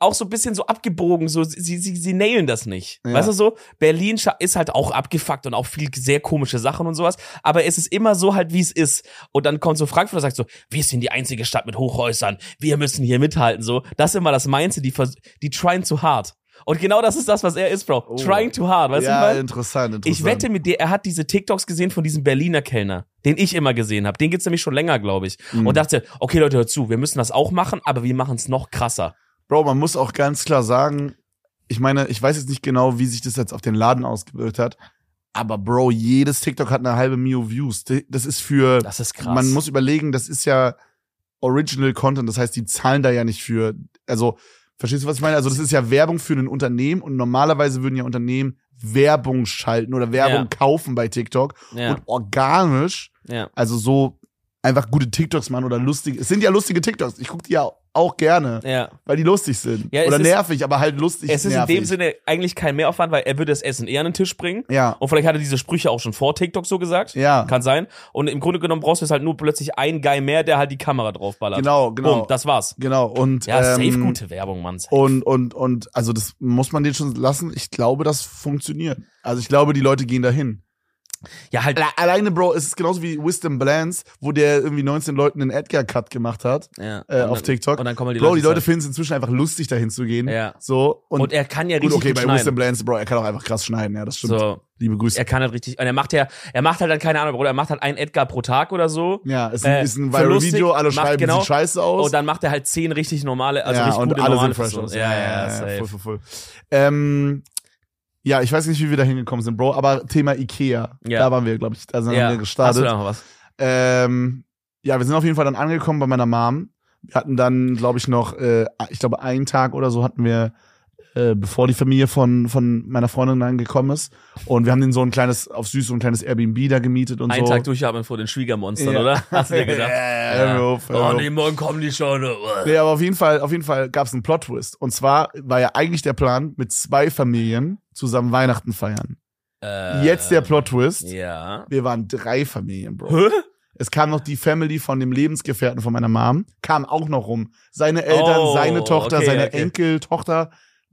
auch so ein bisschen so abgebogen, so sie sie sie nailen das nicht. Ja. Weißt du so? Berlin ist halt auch abgefuckt und auch viel sehr komische Sachen und sowas, aber es ist immer so halt, wie es ist. Und dann kommt so Frankfurt und sagt so, wir sind die einzige Stadt mit Hochhäusern, wir müssen hier mithalten, so. Das ist immer das Mindset, die vers- die trying too hard. Und genau das ist das, was er ist, Bro. Oh. Trying too hard, weißt ja, du, was? interessant, interessant. Ich wette mit dir, er hat diese TikToks gesehen von diesem Berliner Kellner, den ich immer gesehen habe. Den gibt's nämlich schon länger, glaube ich. Mhm. Und dachte, okay, Leute, hört zu, wir müssen das auch machen, aber wir machen es noch krasser. Bro, man muss auch ganz klar sagen, ich meine, ich weiß jetzt nicht genau, wie sich das jetzt auf den Laden ausgewirkt hat, aber Bro, jedes TikTok hat eine halbe Mio Views. Das ist für, Das ist krass. man muss überlegen, das ist ja Original Content, das heißt, die zahlen da ja nicht für, also, verstehst du, was ich meine? Also, das ist ja Werbung für ein Unternehmen und normalerweise würden ja Unternehmen Werbung schalten oder Werbung Ja. kaufen bei TikTok Ja. und organisch, Ja. also so einfach gute TikToks machen oder lustige, es sind ja lustige TikToks, ich gucke die ja auch gerne, Ja. weil die lustig sind. Ja, es oder ist- nervig, aber halt lustig Es ist nervig. in dem Sinne eigentlich kein Mehraufwand, weil er würde das Essen eher an den Tisch bringen. Ja, Und vielleicht hat er diese Sprüche auch schon vor TikTok so gesagt. ja, Kann sein. Und im Grunde genommen brauchst du jetzt halt nur plötzlich einen Guy mehr, der halt die Kamera draufballert. genau, genau. Boom, das war's. Genau, und, Ja, safe ähm, gute Werbung, Mann. Safe. Und, und, und, also das muss man den schon lassen. Ich glaube, das funktioniert. Also ich glaube, die Leute gehen dahin. ja, halt. Alle- Alleine, Bro, es ist genauso wie Wisdom Blends, wo der irgendwie neunzehn Leuten einen Edgar-Cut gemacht hat, Ja. äh, Und auf dann- TikTok. Und dann kommen die Bro, Leute. die Leute sagen- finden es inzwischen einfach lustig, dahin zu gehen. Ja. So, und, Und er kann ja gut, richtig okay, gut bei schneiden. Wisdom Blends, Bro, er kann auch einfach krass schneiden, ja, das stimmt. So. Liebe Grüße. Er kann halt richtig, und er macht ja, er macht halt dann keine Ahnung, Bruder, er macht halt einen Edgar pro Tag oder so. Ja, ist ein, Äh, ist ein für lustig, Viral-Video, alle macht schreiben, genau- sieht scheiße aus. Und dann macht er halt zehn richtig normale, also ja, richtig und gute alle normale sind fresh Versionen. aus. Ja, ja, ja, safe. voll, voll, voll. Ähm, ja, ich weiß nicht, wie wir da hingekommen sind, Bro, aber Thema Ikea, Ja. da waren wir, glaube ich, da sind Ja. wir Hast du gestartet. da noch was? Ähm, ja, wir sind auf jeden Fall dann angekommen bei meiner Mom. Wir hatten dann, glaube ich, noch, äh, ich glaube, einen Tag oder so hatten wir, äh, bevor die Familie von von meiner Freundin dann gekommen ist. Und wir haben den so ein kleines, auf süß, so ein kleines Airbnb da gemietet und Einen so. Tag durchatmen vor den Schwiegermonstern, Ja. oder? Hast du dir gedacht? Ja, hör mir auf, hör mir Oh auf. nee, morgen kommen die schon. Nee, aber auf jeden Fall, auf jeden Fall gab es einen Plot-Twist. Und zwar war ja eigentlich der Plan, mit zwei Familien zusammen Weihnachten feiern. Äh, Jetzt der Plot-Twist. Ja. Wir waren drei Familien, Bro. Hä? Es kam noch die Family von dem Lebensgefährten von meiner Mom, kam auch noch rum. Seine Eltern, Oh, seine Tochter, okay, seine okay. Enkel, Tochter.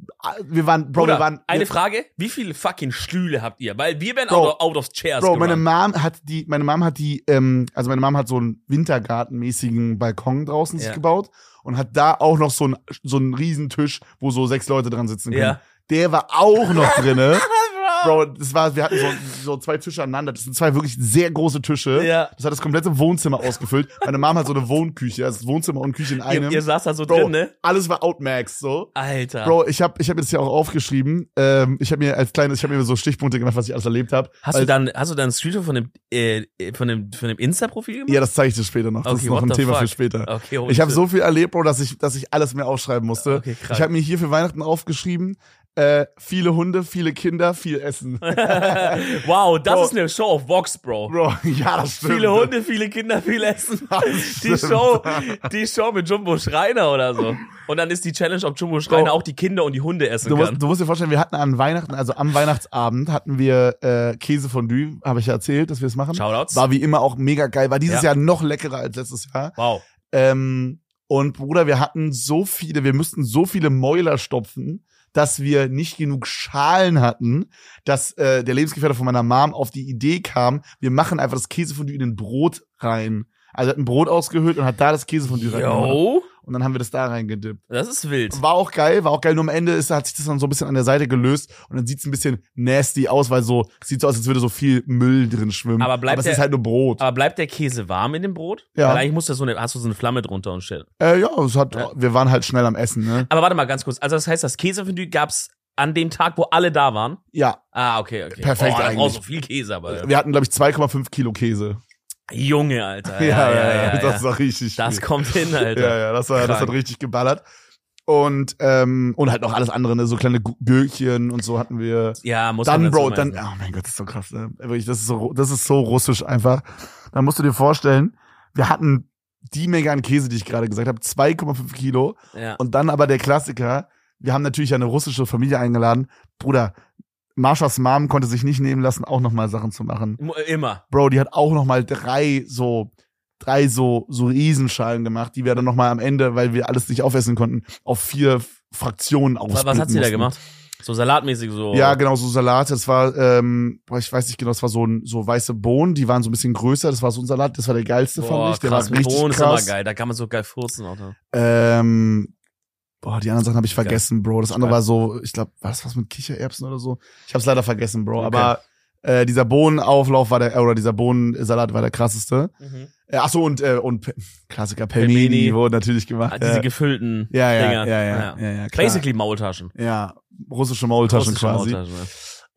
Wir waren, Bro, Bruder, wir waren. eine wir, Frage, wie viele fucking Stühle habt ihr? Weil wir werden Bro, out, out of chairs Bro, meine gerannt. Mom hat die, meine Mom hat die, ähm, also meine Mom hat so einen Wintergartenmäßigen Balkon draußen Ja. sich gebaut und hat da auch noch so einen, so einen riesen Tisch, wo so sechs Leute dran sitzen können. Ja. Der war auch noch drinne. Bro, das war, wir hatten so, so zwei Tische aneinander. Das sind zwei wirklich sehr große Tische. Ja. Das hat das komplette Wohnzimmer ausgefüllt. Meine Mom hat so eine Wohnküche, also Wohnzimmer und Küche in einem. Ihr, ihr saß da so Bro, drin, ne? alles war Outmax, so. Alter. Bro, ich habe ich hab mir das ja auch aufgeschrieben. Ähm, ich habe mir als kleines, ich habe mir so Stichpunkte gemacht, was ich alles erlebt habe. hast du dann, hast du dann ein Screenshot von dem, äh, von dem, von dem Insta-Profil gemacht? Ja, das zeige ich dir später noch. Das Okay, ist noch what ein the Thema fuck? für später. Okay, holy Ich habe shit. so viel erlebt, Bro, dass ich, dass ich alles mehr aufschreiben musste. Okay, krass. Ich habe mir hier für Weihnachten aufgeschrieben, äh, viele Hunde, viele Kinder, viel Essen. Wow, das Bro. ist eine Show of Box, Bro. Bro, ja, das stimmt. Viele Hunde, viele Kinder, viel Essen. Das Die stimmt. Show, die Show mit Jumbo Schreiner oder so. Und dann ist die Challenge, ob Jumbo Schreiner Bro. auch die Kinder und die Hunde essen Du kann. musst, du musst dir vorstellen, wir hatten an Weihnachten, also am Weihnachtsabend hatten wir äh, Käsefondue, habe ich ja erzählt, dass wir es machen. Shoutouts. War wie immer auch mega geil, war dieses Ja. Jahr noch leckerer als letztes Jahr. Wow. Ähm, und Bruder, wir hatten so viele, wir mussten so viele Mäuler stopfen, dass wir nicht genug Schalen hatten, dass äh, der Lebensgefährte von meiner Mom auf die Idee kam, wir machen einfach das Käsefondue in ein Brot rein. Also er hat ein Brot ausgehöhlt und hat da das Käsefondue rein. Yo, Und dann haben wir das da reingedippt. das ist wild. War auch geil, war auch geil. Nur am Ende ist, hat sich das dann so ein bisschen an der Seite gelöst und dann sieht's ein bisschen nasty aus, weil so sieht so aus, als würde so viel Müll drin schwimmen. Aber bleibt Aber es der- ist halt nur Brot. Aber bleibt der Käse warm in dem Brot? Ja. Weil eigentlich muss da so eine, hast du so eine Flamme drunter und shit. Äh, ja, es hat, Ja. wir waren halt schnell am Essen, ne? Aber warte mal ganz kurz. Also das heißt, das Käsefondue gab's an dem Tag, wo alle da waren? Ja, Ah, okay, okay. Perfekt oh, da eigentlich. brauchst du viel Käse, aber. wir hatten glaube ich zwei Komma fünf Kilo Käse. Junge, Alter. Ja, ja, ja. ja, das ja. war richtig. Das viel. kommt hin, Alter. Ja, ja, das war, das hat Krank. richtig geballert. Und ähm, und halt noch alles andere, ne? So kleine Gu- Gürkchen und so hatten wir. Ja, muss Dann, man Bro, dazu dann, meinen. oh mein Gott, das ist so krass, ne? Wirklich, das ist so, das ist so russisch einfach. Dann musst du dir vorstellen, wir hatten die Menge an Käse, die ich gerade gesagt habe, zwei Komma fünf Kilo. Ja. Und dann aber der Klassiker, wir haben natürlich eine russische Familie eingeladen. Bruder, Marshas Mom konnte sich nicht nehmen lassen, auch nochmal Sachen zu machen. Mu- Immer. Bro, die hat auch nochmal drei so, drei so, so Riesenschalen gemacht, die wir dann nochmal am Ende, weil wir alles nicht aufessen konnten, auf vier Fraktionen Was, aufsplitten was hat sie da mussten. gemacht? So salatmäßig so. Ja, genau, so Salate. Das war, ähm, boah, ich weiß nicht genau, das war so, ein, so weiße Bohnen, die waren so ein bisschen größer. Das war so ein Salat, das war der geilste, Boah, fand ich. Der krass, war mit richtig Bohnen ist krass. immer geil. Da kann man so geil furzen auch. Ne? Ähm, boah, die anderen Sachen habe ich Geil. vergessen, Bro. Das andere Geil. war so, ich glaube, war das was mit Kichererbsen oder so? Ich habe es leider vergessen, Bro. Okay. Aber äh, dieser Bohnenauflauf war der, äh, oder dieser Bohnensalat war der krasseste. Mhm. Äh, ach so, und, äh, und Pe- Klassiker Pelmeni, Pelmeni. wurden natürlich Ah, gemacht. diese ja. gefüllten Ja, ja, Dinger. ja, ja, ja, ja, klar. Basically Maultaschen. Ja, russische Maultaschen Russische quasi. Maultaschen, ja.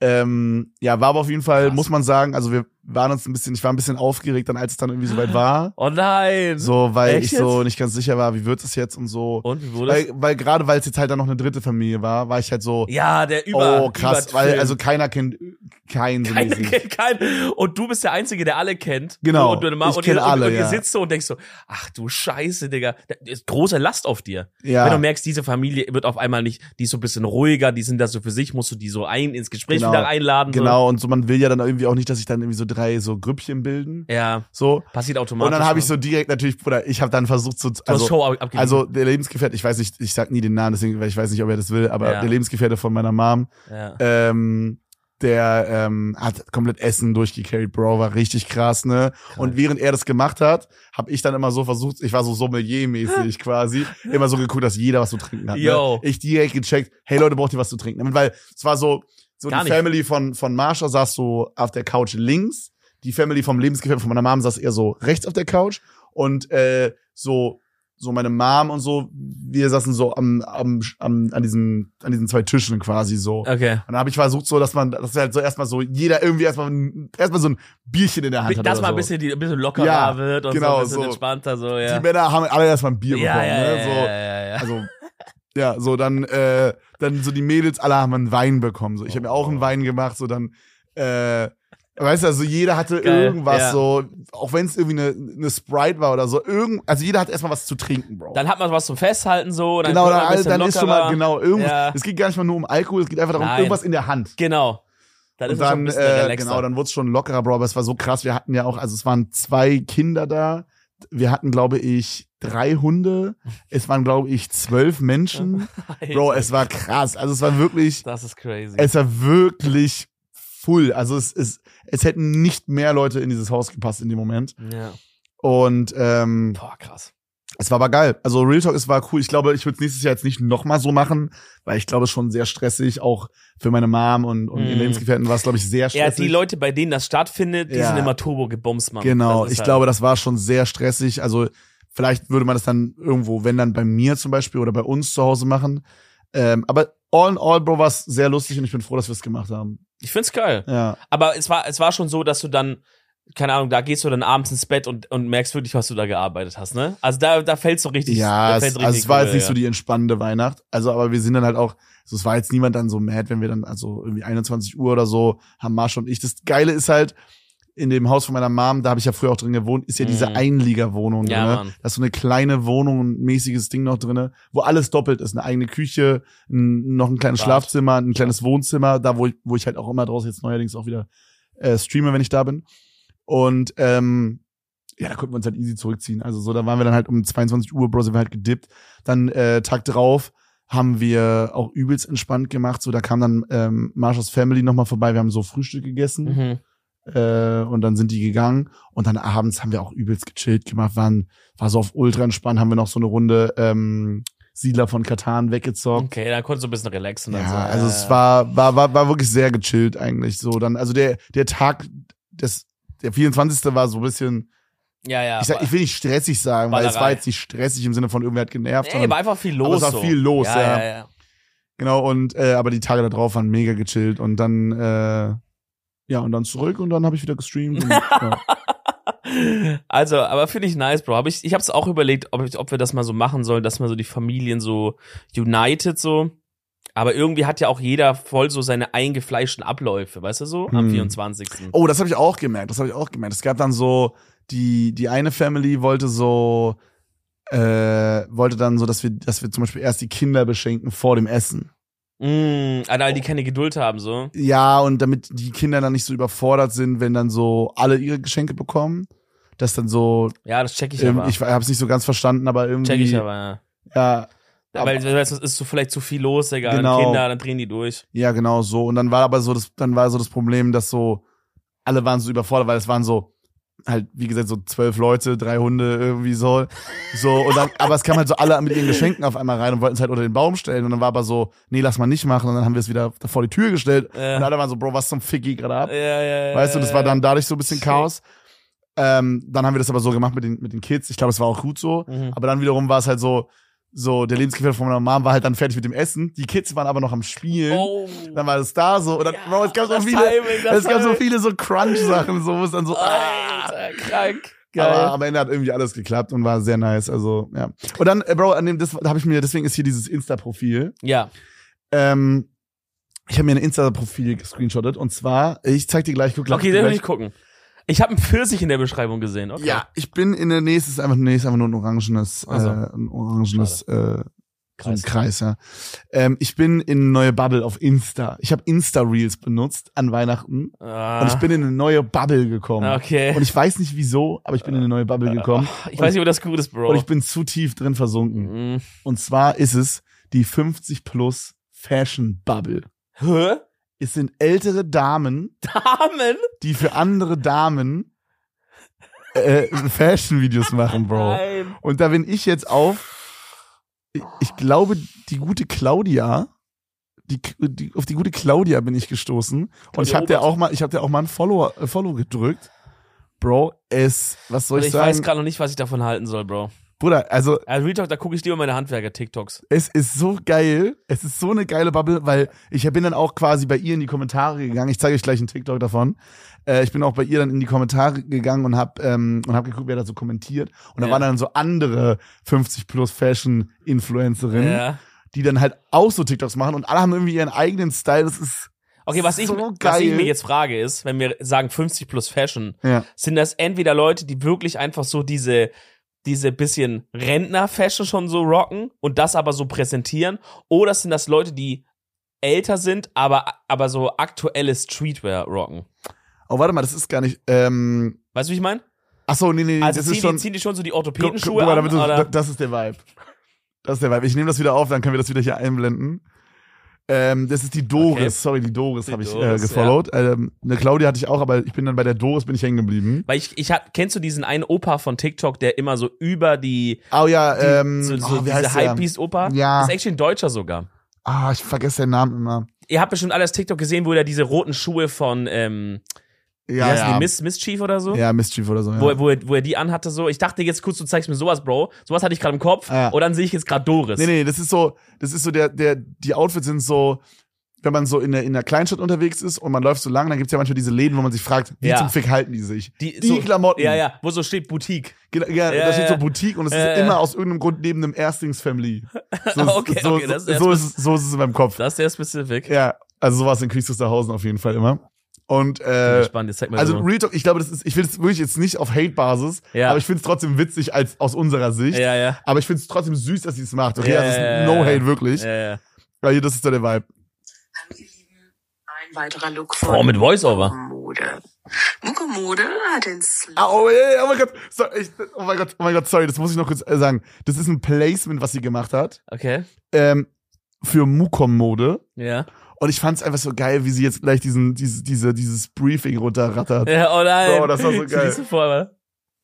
Ähm, ja, war aber auf jeden Fall, Krass. muss man sagen, also wir waren uns ein bisschen, ich war ein bisschen aufgeregt dann, als es dann irgendwie soweit war. Oh nein. So, weil Echt ich so jetzt? nicht ganz sicher war, wie wird es jetzt und so. Und wie wurde Weil, es? weil gerade weil es jetzt halt dann noch eine dritte Familie war, war ich halt so, Ja, der über. oh krass, Überfilm. weil also keiner kennt keinen so Kein, mäßig. kein, und du bist der Einzige, der alle kennt. Genau, Und, du- und, ich und, kenn ihr- alle, und ihr ja. sitzt so und denkst so, ach du Scheiße, Digga. Da ist große Last auf dir. Ja. Wenn du merkst, diese Familie wird auf einmal nicht, die ist so ein bisschen ruhiger, die sind da so für sich, musst du die so ein ins Gespräch Genau. wieder einladen. Genau, und so man will ja dann irgendwie auch nicht, dass sich dann irgendwie so drei so Grüppchen bilden. So. Ja, So. passiert automatisch. Und dann habe ich ne? so direkt natürlich, Bruder, ich habe dann versucht so, Du hast also, Show ab- abgegeben. also der Lebensgefährte, ich weiß nicht, ich sag nie den Namen, deswegen, weil ich weiß nicht, ob er das will, aber Ja. der Lebensgefährte von meiner Mom, ja. ähm, der ähm, hat komplett Essen durchgecarried, Bro, war richtig krass, ne? Und während er das gemacht hat, habe ich dann immer so versucht, ich war so Sommelier-mäßig quasi, immer so geguckt, dass jeder was zu trinken hat. Yo. Ne? Ich direkt gecheckt, hey Leute, braucht ihr was zu trinken? Weil es war so, so Gar die nicht. Family von von Marsha saß so auf der Couch links, die Family vom Lebensgefährten von meiner Mom saß eher so rechts auf der Couch und äh, so so meine Mom und so, wir saßen so am, am, am an diesen an diesen zwei Tischen quasi so. Okay. Und dann habe ich versucht so, dass man, dass halt so erstmal so jeder irgendwie erstmal ein- erstmal so ein Bierchen in der Hand hat. Dass oder mal ein so. bisschen, die, ein bisschen lockerer Ja, wird und genau, so ein bisschen so. entspannter, so, ja. Die Männer haben alle erstmal ein Bier ja, bekommen, ja, ne? ja, So, ja, ja, ja. also ja, so dann äh, dann so die Mädels alle haben einen Wein bekommen. So, ich habe mir auch einen Wein gemacht, so dann äh, weißt du, also jeder hatte Geil, irgendwas ja. so, auch wenn es irgendwie eine, eine Sprite war oder so, irgend, also jeder hat erstmal was zu trinken, Bro. Dann hat man was zum Festhalten, so. Dann genau, wird man dann, ein bisschen dann ist schon mal, lockerer. genau, irgendwas. Ja. Es geht gar nicht mal nur um Alkohol, es geht einfach darum, Nein. irgendwas in der Hand. Genau. Dann Und ist es schon ein dann, bisschen äh, relaxter. genau, dann wurde es schon lockerer, Bro, aber es war so krass. Wir hatten ja auch, also es waren zwei Kinder da. Wir hatten, glaube ich, drei Hunde. Es waren, glaube ich, zwölf Menschen. Bro, es war krass. Also es war wirklich, Das ist crazy. es war wirklich full. Also es ist, es hätten nicht mehr Leute in dieses Haus gepasst in dem Moment. ja. Und ähm, Boah, krass. es war aber geil. Also Real Talk, es war cool. Ich glaube, ich würde es nächstes Jahr jetzt nicht nochmal so machen, weil ich glaube, es ist schon sehr stressig. Auch für meine Mom und, und ihren Mm. Lebensgefährten war es, glaube ich, sehr Ja, stressig. die Leute, bei denen das stattfindet, die Ja. sind immer turbo gebumst, Mann. Genau, Das ist ich halt- glaube, das war schon sehr stressig. Also vielleicht würde man das dann irgendwo, wenn dann bei mir zum Beispiel oder bei uns zu Hause machen. Ähm, aber all in all, Bro, war es sehr lustig und ich bin froh, dass wir es gemacht haben. Ich find's geil. Ja. Aber es war, es war schon so, dass du dann, keine Ahnung, da gehst du dann abends ins Bett und, und merkst wirklich, was du da gearbeitet hast, ne? Also da, da fällt's so richtig. Ja, da es, fällt's also richtig es war cool, jetzt nicht ja. so die entspannende Weihnacht. Also, aber wir sind dann halt auch, also es war jetzt niemand dann so mad, wenn wir dann, also irgendwie einundzwanzig Uhr oder so, haben Marsha und ich. Das Geile ist halt, in dem Haus von meiner Mom, da habe ich ja früher auch drin gewohnt, ist ja diese Mhm. Einliegerwohnung Ja, drinne. Mann. Da ist so eine kleine Wohnung und ein mäßiges Ding noch drinne, wo alles doppelt ist. Eine eigene Küche, ein, noch ein kleines Bad. Schlafzimmer, ein kleines Wohnzimmer, da wo ich, wo ich halt auch immer draus jetzt neuerdings auch wieder äh, streame, wenn ich da bin. Und ähm, ja, da konnten wir uns halt easy zurückziehen. Also so, da waren wir dann halt um zweiundzwanzig Uhr, Bro, sind wir halt gedippt. Dann äh, Tag drauf haben wir auch übelst entspannt gemacht. So, da kam dann ähm, Marshals Family nochmal vorbei. Wir haben so Frühstück gegessen. Mhm. Äh, und dann sind die gegangen und dann abends haben wir auch übelst gechillt gemacht, waren, war so auf ultra entspannt, haben wir noch so eine Runde ähm, Siedler von Katan weggezockt. Okay, dann konntest du ein bisschen relaxen. Ja, dann so. also Ja, es ja. war, war, war, war wirklich sehr gechillt eigentlich so. Dann, also der, der Tag des, der vierundzwanzigste war so ein bisschen, Ja, ja. ich, sag, ich will nicht stressig sagen, weil es war Ballerei. jetzt nicht stressig im Sinne von irgendwer hat genervt, Ey, sondern war einfach viel los. aber es war so. viel los, ja. ja. ja, ja. genau, und äh, aber die Tage da drauf waren mega gechillt und dann äh, ja, und dann zurück und dann habe ich wieder gestreamt. Und, ja. Also, aber finde ich nice, Bro. Hab ich ich habe es auch überlegt, ob, ich, ob wir das mal so machen sollen, dass man so die Familien so united so. Aber irgendwie hat ja auch jeder voll so seine eingefleischten Abläufe, weißt du so? Am Hm. vierundzwanzigsten Oh, das habe ich auch gemerkt. Das habe ich auch gemerkt. Es gab dann so die die eine Family wollte so äh, wollte dann so, dass wir dass wir zum Beispiel erst die Kinder beschenken vor dem Essen. Mm, weil die keine Geduld haben, so. Ja, und damit die Kinder dann nicht so überfordert sind, wenn dann so alle ihre Geschenke bekommen, dass dann so Ja, das check ich ähm, aber. ich habe es nicht so ganz verstanden, aber irgendwie check ich aber, ja. ja Weil es ist so vielleicht zu viel los, Digga. Genau. Kinder, dann drehen die durch. Ja, genau so. Und dann war aber so das, dann war so das Problem, dass so alle waren so überfordert, weil es waren so halt, wie gesagt, so zwölf Leute, drei Hunde irgendwie so. So, und dann, aber es kamen halt so alle mit ihren Geschenken auf einmal rein und wollten es halt unter den Baum stellen. Und dann war aber so, nee, lass mal nicht machen. Und dann haben wir es wieder vor die Tür gestellt. Ja. Und alle waren so, Bro, was zum Fick geht gerade ab? Ja, ja, ja. Weißt du, das war dann dadurch so ein bisschen Shit. Chaos. Ähm, dann haben wir das aber so gemacht mit den, mit den Kids. Ich glaube, es war auch gut so. Mhm. Aber dann wiederum war es halt so, so, der Lebensgefährte von meiner Mom war halt dann fertig mit dem Essen. Die Kids waren aber noch am Spielen. Oh. Dann war es da so. Und dann, Ja, Bro, es gab so das viele, Timing, das es gab so Timing. viele so Crunch-Sachen, so, wo es dann so, ah. Alter, krank. Aber Geil. am Ende hat irgendwie alles geklappt und war sehr nice. Also, ja. Und dann, äh, Bro, an dem, das habe ich mir, deswegen ist hier dieses Insta-Profil. Ja. Ähm, ich habe mir ein Insta-Profil gescreenshottet und zwar, ich zeig dir gleich, guck gleich. Okay, den will ich gucken. Ich habe einen Pfirsich in der Beschreibung gesehen, okay. Ja, ich bin in der nächste, ist einfach, nee, ist einfach nur ein orangenes, Ach so. äh, ein orangenes, äh, Kreis. so ein Kreis, ja. Ähm, ich bin in eine neue Bubble auf Insta. Ich habe Insta-Reels benutzt an Weihnachten Ah. und ich bin in eine neue Bubble gekommen. Okay. Und ich weiß nicht wieso, aber ich bin in eine neue Bubble gekommen. Ich weiß nicht, ob das gut ist, Bro. Und ich bin zu tief drin versunken. Mhm. Und zwar ist es die fünfzig plus Fashion Bubble. Hä? Es sind ältere Damen, Damen? die für andere Damen äh, Fashion-Videos machen, Bro. Nein. Und da bin ich jetzt auf, ich, ich glaube, die gute Claudia, die, die, auf die gute Claudia bin ich gestoßen. Und Claudia ich habe dir Obert. auch mal, ich habe dir auch mal ein Follow, äh, Follow gedrückt. Bro, es, was soll Und ich, ich sagen? weiß gerade noch nicht, was ich davon halten soll, Bro. Bruder, also Also Real Talk, da gucke ich lieber meine Handwerker-TikToks. es ist so geil. Es ist so eine geile Bubble, weil ich bin dann auch quasi bei ihr in die Kommentare gegangen. Ich zeige euch gleich einen TikTok davon. Äh, ich bin auch bei ihr dann in die Kommentare gegangen und hab ähm, und hab geguckt, wer da so kommentiert. Und da Ja. waren dann so andere fünfzig plus Fashion Influencerinnen, Ja. die dann halt auch so TikToks machen und alle haben irgendwie ihren eigenen Style. Das ist Okay, was ich, so was geil. ich mir jetzt frage ist, wenn wir sagen fünfzig plus Fashion, Ja. sind das entweder Leute, die wirklich einfach so diese diese bisschen Rentner-Fashion schon so rocken und das aber so präsentieren, oder sind das Leute, die älter sind, aber aber so aktuelle Streetwear rocken? Oh, warte mal, das ist gar nicht. Ähm, Weißt du, wie ich meine? ach so, nee, nee, nee, Also das ziehen ist schon. die, ziehen die schon so die Guck, guck, Orthopädenschuhe guck mal, an, damit du, oder? das ist der Vibe. Das ist der Vibe. Ich nehme das wieder auf, dann können wir das wieder hier einblenden. Ähm, das ist die Doris, Okay. sorry, die Doris Die habe ich äh, Doris, gefollowt. Ähm, eine Claudia hatte ich auch, aber ich bin dann bei der Doris bin ich hängen geblieben. Weil ich, ich hab, kennst du diesen einen Opa von TikTok, der immer so über die, Oh ja, die ähm, so, so oh, wie diese heißt der? Hypebeast-Opa? Ja. Das ist actually ein Deutscher sogar. Ah, ich vergesse den Namen immer. Ihr habt bestimmt alles TikTok gesehen, wo er diese roten Schuhe von, ähm, wie Ja, heißen ja. die, Miss, Mischief oder so? Ja, Mischief oder so. Ja. Wo, er- wo, er, wo er die anhatte, so. Ich dachte jetzt kurz, du zeigst mir sowas, Bro. Sowas hatte ich gerade im Kopf. Ja. Und dann sehe ich jetzt gerade Doris. Nee, nee, das ist so, das ist so der, der, die Outfits sind so, wenn man so in der, in der Kleinstadt unterwegs ist und man läuft so lang, dann gibt's ja manchmal diese Läden, wo man sich fragt, wie Ja. zum Fick halten die sich? Die, Die so, Klamotten. Ja, ja, wo so steht Boutique. Genau, ja, Ja, da steht ja. so Boutique und es Ja, ist ja. immer aus irgendeinem Grund neben einem Erstlingsfamily. So, ist- Okay, so, okay, das ist so, so, ist, es- so ist es in meinem Kopf. Das ist sehr specific. Ja, also sowas in Kriegsusterhausen auf jeden Fall immer. Und Bin äh, gespannt, jetzt zeig mal also so. Real Talk, ich glaube, das ist, ich will es wirklich jetzt nicht auf Hate-Basis, Ja. aber ich finde es trotzdem witzig als aus unserer Sicht. Ja, ja. Aber ich finde es trotzdem süß, dass sie es macht. Okay, Ja, das ist ja, ja, no ja. Hate wirklich. Ja, ja. Weil hier, das ist da der Vibe. Hallo ihr Lieben, ein weiterer Look von Oh, mit Voice-Over. Mode. Mucke Mode hat den Slogan. Ah, oh, ey, oh mein Gott, so, ich, oh mein Gott, oh mein Gott, sorry, das muss ich noch kurz äh, sagen. Das ist ein Placement, was sie gemacht hat, Okay. ähm, für Mukom-Mode. Ja. Und ich fand's einfach so geil, wie sie jetzt gleich diesen, diese, diese, dieses Briefing runterrattert. Ja, oh nein. Bro, das war so Ich geil. lies so vor, wa?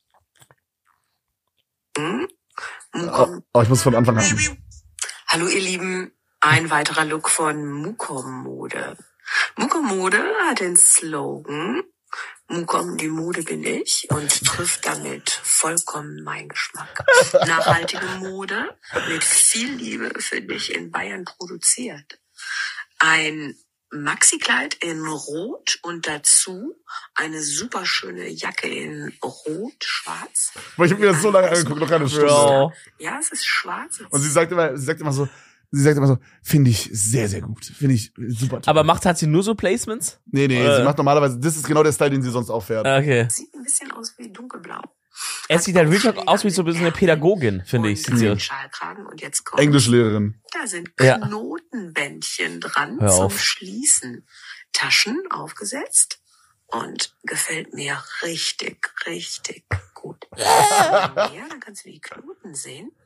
Hm? Oh, Mukom. oh, ich muss von Anfang an. Hallo ihr Lieben, ein weiterer Look von Mukom Mode. Mukom Mode hat den Slogan Mukom, die Mode bin ich und trifft damit vollkommen meinen Geschmack. Nachhaltige Mode mit viel Liebe für dich in Bayern produziert. Ein Maxi-Kleid in Rot und dazu eine super schöne Jacke in Rot, schwarz. Boah, ich hab mir das so lange angeguckt, noch keine Stunde. Bro. Ja, es ist schwarz. Und sie sagt immer, sie sagt immer so, sie sagt immer so, finde ich sehr, sehr gut. Finde ich super toll. Aber macht, hat sie nur so Placements? nee, nee, Äh. sie macht normalerweise, das ist genau der Style, den sie sonst auch fährt. Okay. Sieht ein bisschen aus wie dunkelblau. Es sieht halt wirklich aus wie so ein bisschen eine Pädagogin, finde ich. Sieht sie Und aus. Schalkragen und jetzt kommt, Englischlehrerin. da sind Ja. Knotenbändchen dran Hör zum auf. Schließen. Taschen aufgesetzt und gefällt mir richtig, richtig gut. Ja, dann kannst du die Knoten sehen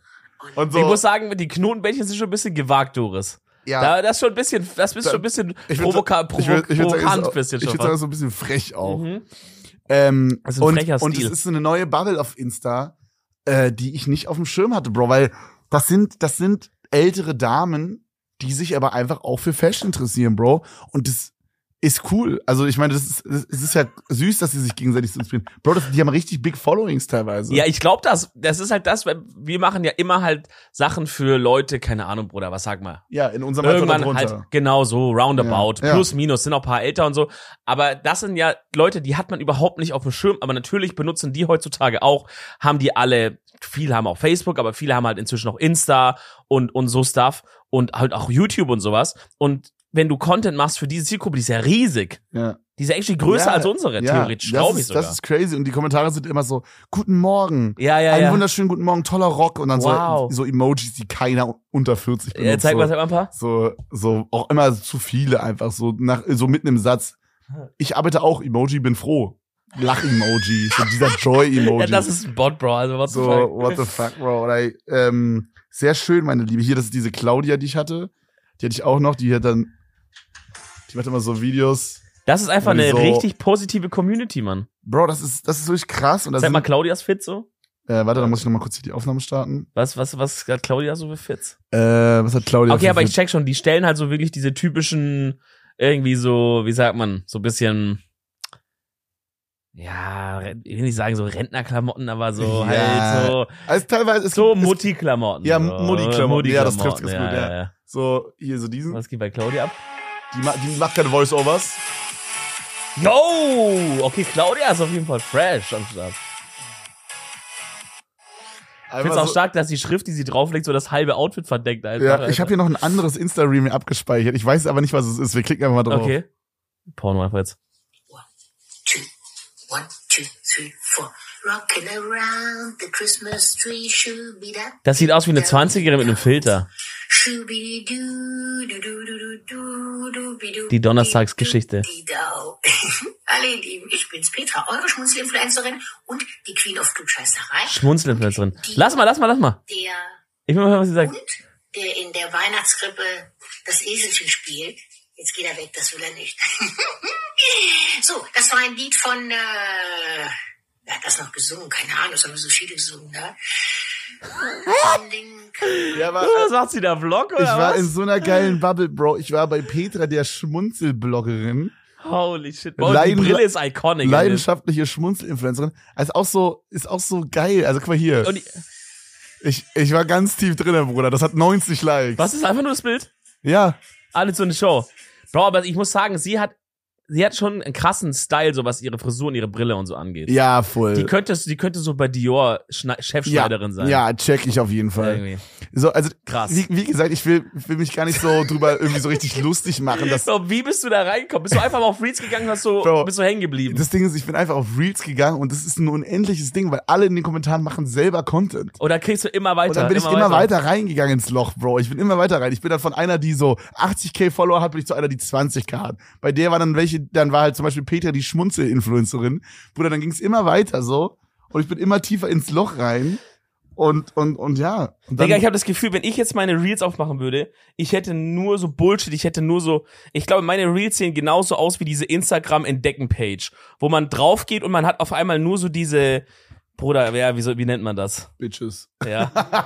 Und so. Ich muss sagen, die Knotenbändchen sind schon ein bisschen gewagt, Doris. Ja. Da, das ist schon ein bisschen, das bist Da- schon ein bisschen Ich würd- provoka provo ich würd- ich würd sagen, provokant, ist auch- bisschen Ich schon. würde sagen, so ein bisschen frech auch. Mhm. Ähm, Das ist ein und, frecher und Stil. es ist so eine neue Bubble auf Insta, äh, die ich nicht auf dem Schirm hatte, Bro, weil das sind, das sind ältere Damen, die sich aber einfach auch für Fashion interessieren, Bro. Und das ist cool. Also ich meine, das ist, das, es ist ja süß, dass sie sich gegenseitig so inspirieren. Bro, das, die haben richtig big Followings teilweise. Ja, ich glaube das. Das ist halt das, weil wir machen ja immer halt Sachen für Leute, keine Ahnung, Bruder, was sag mal. Ja, in unserem Alter Irgendwann drunter. halt, genau so, roundabout, Ja, ja. plus, minus, sind auch ein paar älter und so. Aber das sind ja Leute, die hat man überhaupt nicht auf dem Schirm, aber natürlich benutzen die heutzutage auch, haben die alle, viele haben auch Facebook, aber viele haben halt inzwischen auch Insta und, und so Stuff und halt auch YouTube und sowas. Und wenn du Content machst für diese Zielgruppe, die ist ja riesig. Ja. Die ist ja actually größer Ja, als unsere, ja, theoretisch, das glaube ich ist, sogar. Das ist crazy. Und die Kommentare sind immer so, guten Morgen. Ja, ja, Einen ja. wunderschönen guten Morgen, toller Rock. Und dann Wow. so, so Emojis, die keiner unter vierzig benutzt. Ja, zeig so. mal, zeig mal ein paar. So, so, auch immer zu viele einfach, so nach, so mitten im Satz. Ich arbeite auch, Emoji, bin froh. Lach-Emoji, so dieser Joy-Emoji. Ja, das ist ein Bot, Bro, also what the so, fuck. what the fuck, Bro. Oder, ähm, sehr schön, meine Liebe. Hier, das ist diese Claudia, die ich hatte. Die hatte ich auch noch, die hat dann, die macht immer so Videos. Das ist einfach Und die eine so- richtig positive Community, Mann. Bro, das ist, das ist wirklich krass. Und da Zeig sind, mal Claudias Fit so. äh, warte, da muss ich noch mal kurz hier die Aufnahme starten. Was, was, was hat Claudia so für Fits? Äh, was hat Claudia Okay, für aber ich Fit? check schon, die stellen halt so wirklich diese typischen, irgendwie so, wie sagt man, so ein bisschen, ja, ich will nicht sagen so Rentnerklamotten, aber so Ja. halt so, Also teilweise ist so ist- Mutti-Klamotten. Ja, so. Mutti-Klamotten, ja, das trifft's ganz ja, gut, ja. ja, ja. so, hier so diesen. Was geht bei Claudia ab? Die, ma die macht keine Voice-Overs. Yo! Okay, Claudia ist auf jeden Fall fresh am Start. Ich find's auch so, stark, dass die Schrift, die sie drauflegt, so das halbe Outfit verdeckt, Alter. Ja, ich habe hier noch ein anderes Insta-Reel mir abgespeichert. Ich weiß aber nicht, was es ist. Wir klicken einfach mal drauf. Okay. Porno einfach jetzt. One, two, one, two, three, four. Rocking around the Christmas tree, shoo-be-da. Das sieht aus wie eine zwanzigjährige mit einem Filter. Shoo-be-doo, du-du-du-du-du-du-du-bi-du. Die Donnerstagsgeschichte. Di-dau. Alle ihr Lieben, ich bin's Petra, eure Schmunzelinfluencerin und die Queen of Klugscheißerei. Schmunzelinfluencerin. Lass mal, lass mal, lass mal. Der Ich will mal hören, was sie sagt. Hund, der in der Weihnachtskrippe das Eselchen spielt. Jetzt geht er weg, das will er nicht. So, das war ein Lied von, äh, wer hat das noch gesungen? Keine Ahnung, das haben so viele gesungen, ne? Ja, aber, Was macht sie da, Vlog oder ich war was? in so einer geilen Bubble, Bro. Ich war bei Petra, der Schmunzelbloggerin. Holy shit. Bro, die Leiden- Brille ist iconic. Leidenschaftliche Schmunzelinfluencerin. Also auch so, ist auch so geil. Also guck mal hier. Und die, Ich, ich war ganz tief drin, Bruder. Das hat neunzig Likes. was ist einfach nur das Bild? Ja. Alles so eine Show. Bro, aber ich muss sagen, sie hat, sie hat schon einen krassen Style, so was ihre Frisur und ihre Brille und so angeht. Ja, voll. Die könnte, die könnte so bei Dior Schne ja, Chefschneiderin sein. ja, check ich auf jeden Fall. Irgendwie. So, also, Krass. Wie, wie gesagt, ich will, will mich gar nicht so drüber irgendwie so richtig lustig machen. Dass, So, wie bist du da reingekommen? Bist du einfach mal auf Reels gegangen, hast so, Bro, bist du hängen geblieben? das Ding ist, ich bin einfach auf Reels gegangen und das ist ein unendliches Ding, weil alle in den Kommentaren machen selber Content. Oder kriegst du immer weiter? Und dann bin ich immer weiter reingegangen ins Loch, Bro. Ich bin immer weiter rein. Ich bin dann von einer, die so achtzig Follower hat, bin ich zu einer, die zwanzig hat. Bei der war dann welche, dann war halt zum Beispiel Peter die Schmunzel-Influencerin. Bruder, dann ging es immer weiter so. Und ich bin immer tiefer ins Loch rein. Und, und, und ja. Und dann, Digga, ich habe das Gefühl, wenn ich jetzt meine Reels aufmachen würde, ich hätte nur so Bullshit, ich hätte nur so, ich glaube, meine Reels sehen genauso aus wie diese Instagram-Entdecken-Page, wo man drauf geht und man hat auf einmal nur so diese, Bruder, ja, wie, so, wie nennt man das? Bitches. Ja.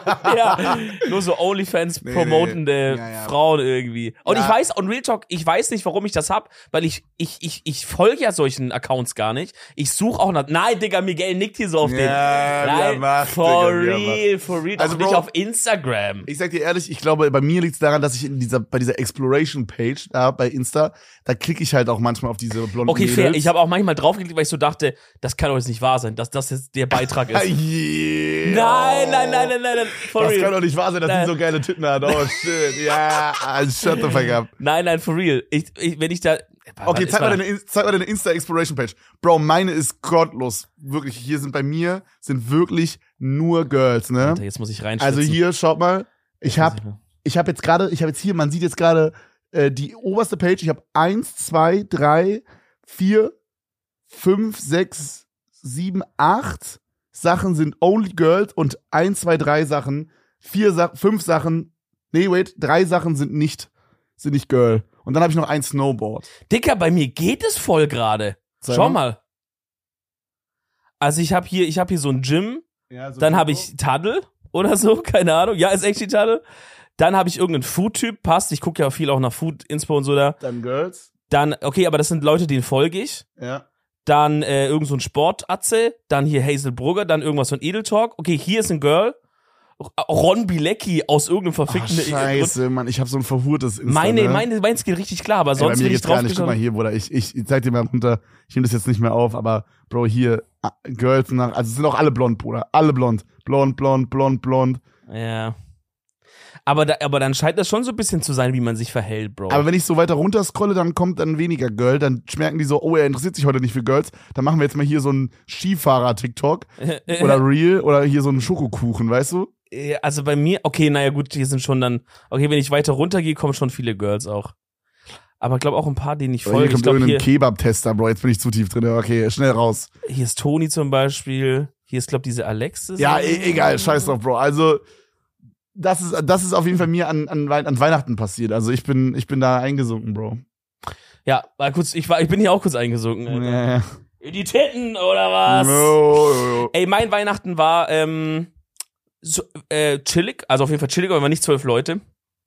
Ja, nur so OnlyFans Nee, promotende nee. Ja, ja. Frauen irgendwie. Und Ja. ich weiß, und Real Talk, ich weiß nicht, warum ich das hab, weil ich, ich, ich, ich folge ja solchen Accounts gar nicht. Ich suche auch nach, nein, Digga, Miguel nickt hier so auf Ja, den. wie er Nein, macht, for Digga, wie er real, for real, Also, also nicht Bro, auf Instagram. Ich sag dir ehrlich, ich glaube, bei mir liegt's daran, dass ich in dieser, bei dieser Exploration-Page da bei Insta, da klicke ich halt auch manchmal auf diese blonden Okay, fair. Mädels. Ich habe auch manchmal draufgeklickt, weil ich so dachte, das kann doch jetzt nicht wahr sein, dass das jetzt der Beitrag ist. Yeah. Nein, nein, nein, nein, nein, nein, for Das real. kann doch nicht wahr sein, dass Nein. die so geile Titten hat. Oh shit. Ja, shut the fuck up. Nein, nein, for real. Ich, ich, wenn ich da. Okay, Ist zeig mal, mal- deine, In- zeig mal deine Insta-Exploration-Page. Bro, meine ist gottlos. Wirklich, hier sind bei mir, sind wirklich nur Girls, ne? Alter, jetzt muss ich reinschwitzen. Also hier, schaut mal. Ich hab, ich hab jetzt gerade, ich habe jetzt hier, man sieht jetzt gerade äh, die oberste Page. Ich habe eins, zwei, drei, vier, fünf, sechs, sieben, acht Sachen sind only Girls und eins, zwei, drei Sachen vier Sa- fünf Sachen, nee, wait, drei Sachen sind nicht, sind nicht Girl. Und dann habe ich noch ein Snowboard. Dicker, bei mir geht es voll gerade. Schau mal. Also ich habe hier, ich habe hier so ein Gym, Ja, so dann habe ich Taddle oder so, keine Ahnung. Ja, ist echt die Taddle. Dann habe ich irgendeinen Food-Typ, passt. Ich gucke ja viel auch nach Food-Inspo und so da. Dann Girls. Dann, okay, aber das sind Leute, denen folge ich. Ja. Dann äh, irgend so ein Sportatze. Dann hier Hazel Brugger. Dann irgendwas von Edel Talk. Okay, hier ist ein Girl. Ron Bilecki aus irgendeinem verfickten... Ach, scheiße, Mann, ich habe so ein verhurtes Insta, Meine, ne? meine, meins geht richtig klar, aber Ey, sonst bei mir bin ich geht's gar drauf nicht. Guck mal hier, Bruder, ich, ich, ich zeig dir mal runter. Ich nehme das jetzt nicht mehr auf, aber Bro, hier, ah, Girls nach, also es sind auch alle blond, Bruder. Alle blond. Blond, blond, blond, blond. Ja. Aber, da, aber dann scheint das schon so ein bisschen zu sein, wie man sich verhält, Bro. Aber wenn ich so weiter runter scrolle, dann kommt dann weniger Girl, dann merken die so, oh, er interessiert sich heute nicht für Girls, dann machen wir jetzt mal hier so einen Skifahrer-TikTok oder Reel oder hier so einen Schokokuchen, weißt du? Also bei mir, okay, naja gut, hier sind schon dann, okay, wenn ich weiter runtergehe, kommen schon viele Girls auch. Aber ich glaube auch ein paar, denen ich Oder folge. hier kommt Ich glaub, irgendein hier, Kebab-Tester, Bro, jetzt bin ich zu tief drin, okay, schnell raus. hier ist Toni zum Beispiel, hier ist, glaube ich, diese Alexis. Ja, e egal, scheiß drauf, Bro, also das ist, das ist auf jeden Fall mir an, an, an Weihnachten passiert, also ich bin, ich bin da eingesunken, Bro. Ja, war kurz, ich war, ich bin hier auch kurz eingesunken. Alter. Ja. In die Titten, oder was? No, no, no. Ey, mein Weihnachten war, ähm, so, äh, chillig, also auf jeden Fall chillig, aber wir waren nicht zwölf Leute.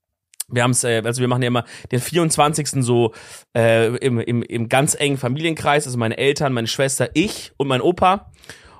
Wir haben's, äh, also wir machen ja immer den vierundzwanzigsten so äh, im, im, im ganz engen Familienkreis, also meine Eltern, meine Schwester, ich und mein Opa.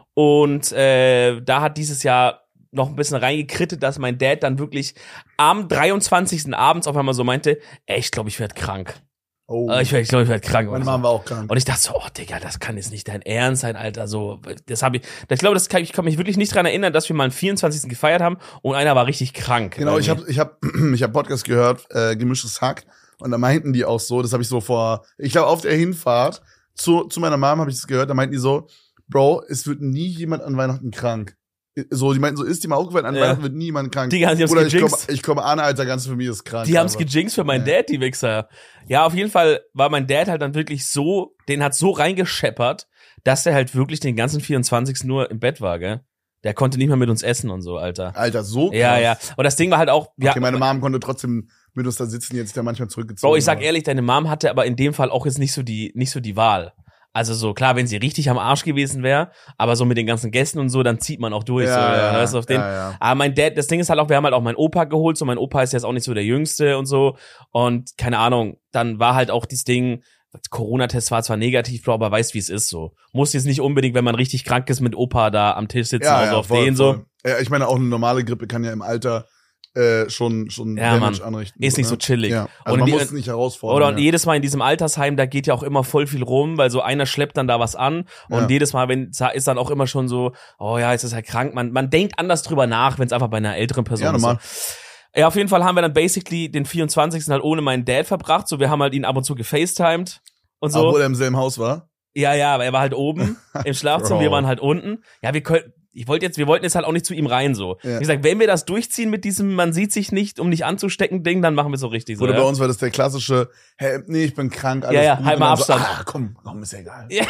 Und äh, da hat dieses Jahr noch ein bisschen reingekrittet, dass mein Dad dann wirklich am dreiundzwanzigsten abends auf einmal so meinte, ey, ich glaube, ich werde krank. Oh. Äh, Ich, werd- ich glaube, ich werde krank. Meine oder so. Mama war auch krank. Und ich dachte so, oh Digga, das kann jetzt nicht dein Ernst sein, Alter. So, das habe ich, ich glaube, das kann, ich kann mich wirklich nicht dran erinnern, dass wir mal am vierundzwanzigsten gefeiert haben und einer war richtig krank. Genau, Bei ich mir. habe ich hab, ich hab Podcast gehört, äh, Gemischtes Hack, und da meinten die auch so, das habe ich so vor, ich glaube auf der Hinfahrt zu, zu meiner Mom habe ich das gehört, da meinten die so, Bro, es wird nie jemand an Weihnachten krank. So, die meinten so, ist dir mal aufgefallen, an Ja. Weihnachten wird niemand krank. Digga, sie haben's Oder ich komme gejinxt. ich komm an, Alter, ganze Familie ist krank. Die haben's aber- gejinxt für meinen Ja. Dad, die Wichser. Ja, auf jeden Fall war mein Dad halt dann wirklich so, den hat so reingescheppert, dass der halt wirklich den ganzen vierundzwanzigsten nur im Bett war, gell? Der konnte nicht mehr mit uns essen und so, Alter. Alter, so krass. Ja, ja. Und das Ding war halt auch, ja, Okay, meine Mom konnte trotzdem mit uns da sitzen, jetzt ist der manchmal zurückgezogen. Bro, ich sag aber- ehrlich, deine Mom hatte aber in dem Fall auch jetzt nicht so die, nicht so die Wahl. Also so, klar, wenn sie richtig am Arsch gewesen wäre, aber so mit den ganzen Gästen und so, dann zieht man auch durch. Ja, so, ja, weißt du, auf den. ja, ja. Aber mein Dad, das Ding ist halt auch, wir haben halt auch meinen Opa geholt, so mein Opa ist jetzt auch nicht so der Jüngste und so. Und keine Ahnung, dann war halt auch dieses Ding, Corona-Test war zwar negativ, Bro, aber weißt, wie es ist so. Muss jetzt nicht unbedingt, wenn man richtig krank ist, mit Opa da am Tisch sitzen, also auf voll, den voll. so. Ja, ich meine, auch eine normale Grippe kann ja im Alter äh, schon schon Ja, Damage Mann. anrichten. Ist nicht so ne? chillig. Ja. Also Und man die- muss es nicht herausfordern. Oder und ja. jedes Mal in diesem Altersheim, da geht ja auch immer voll viel rum, weil so einer schleppt dann da was an und Ja. jedes Mal, wenn ist dann auch immer schon so, oh ja, jetzt ist er krank. Man, man denkt anders drüber nach, wenn es einfach bei einer älteren Person Ja, ist. normal. Ja, auf jeden Fall haben wir dann basically den vierundzwanzigsten halt ohne meinen Dad verbracht. So, wir haben halt ihn ab und zu gefacetimed und so. Obwohl er im selben Haus war. Ja, ja, aber er war halt oben im Schlafzimmer, Bro. wir waren halt unten. Ja, wir können, ich wollte jetzt, wir wollten jetzt halt auch nicht zu ihm rein so. Ja. Wie gesagt, wenn wir das durchziehen mit diesem, man sieht sich nicht, um nicht anzustecken Ding, dann machen wir so richtig so. Oder ja. bei uns war das der klassische, hey, nee, ich bin krank, alles Ja, ja, gut. halt Und mal dann Abstand. So, ah, komm, komm, ist ja egal. Ja.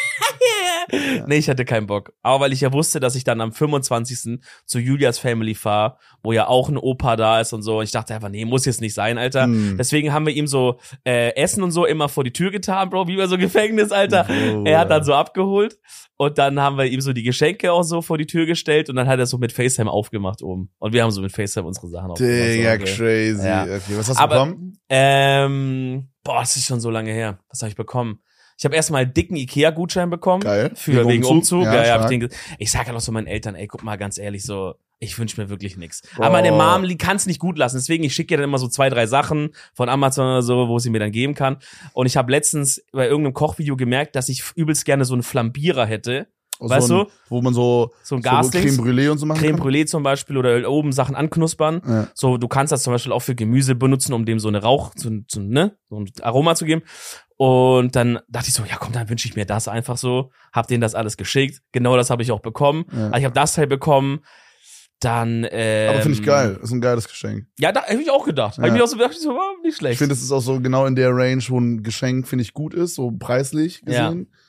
Nee, ich hatte keinen Bock. Aber weil ich ja wusste, dass ich dann am fünfundzwanzigsten zu Julias Family fahre, wo ja auch ein Opa da ist und so. Und ich dachte einfach, nee, muss jetzt nicht sein, Alter. Hm. Deswegen haben wir ihm so äh, Essen und so immer vor die Tür getan, Bro, wie bei so Gefängnis, Alter. Oh, Er hat dann ja. so abgeholt und dann haben wir ihm so die Geschenke auch so vor die Tür gestellt und dann hat er so mit FaceTime aufgemacht oben. Und wir haben so mit FaceTime unsere Sachen aufgemacht. Digga, so, okay. crazy. Ja. Okay, was hast du Aber, bekommen? ähm, boah, das ist schon so lange her. Was habe ich bekommen? Ich habe erstmal einen dicken Ikea-Gutschein bekommen. Geil. Für wegen Umzug. Ja, Ja, ja, hab ich, stark. den, ge- ich sag halt auch so meinen Eltern, ey, guck mal ganz ehrlich, so, ich wünsch mir wirklich nichts. Boah. Aber meine Mom kann es nicht gut lassen. Deswegen, ich schicke ihr dann immer so zwei, drei Sachen von Amazon oder so, wo sie mir dann geben kann. Und ich habe letztens bei irgendeinem Kochvideo gemerkt, dass ich übelst gerne so einen Flambierer hätte. Oh, weißt so ein, du? Wo man so, So ein so Gasdings. Creme Brûlée und so machen Creme kann? Brûlée zum Beispiel oder oben Sachen anknuspern. Ja. So, du kannst das zum Beispiel auch für Gemüse benutzen, um dem so eine Rauch, so, so, ne, so ein Aroma zu geben. Und dann dachte ich so, ja komm, dann wünsche ich mir das einfach so. Hab denen das alles geschickt. Genau das habe ich auch bekommen. Ja. Also ich habe das Teil bekommen. Dann, ähm, Aber finde ich geil. Ist ein geiles Geschenk. Ja, da habe ich auch gedacht. Habe Ja. ich mir auch so gedacht, ich so, oh, nicht schlecht. Ich finde, das ist auch so genau in der Range, wo ein Geschenk, finde ich, gut ist, so preislich Ja. gesehen.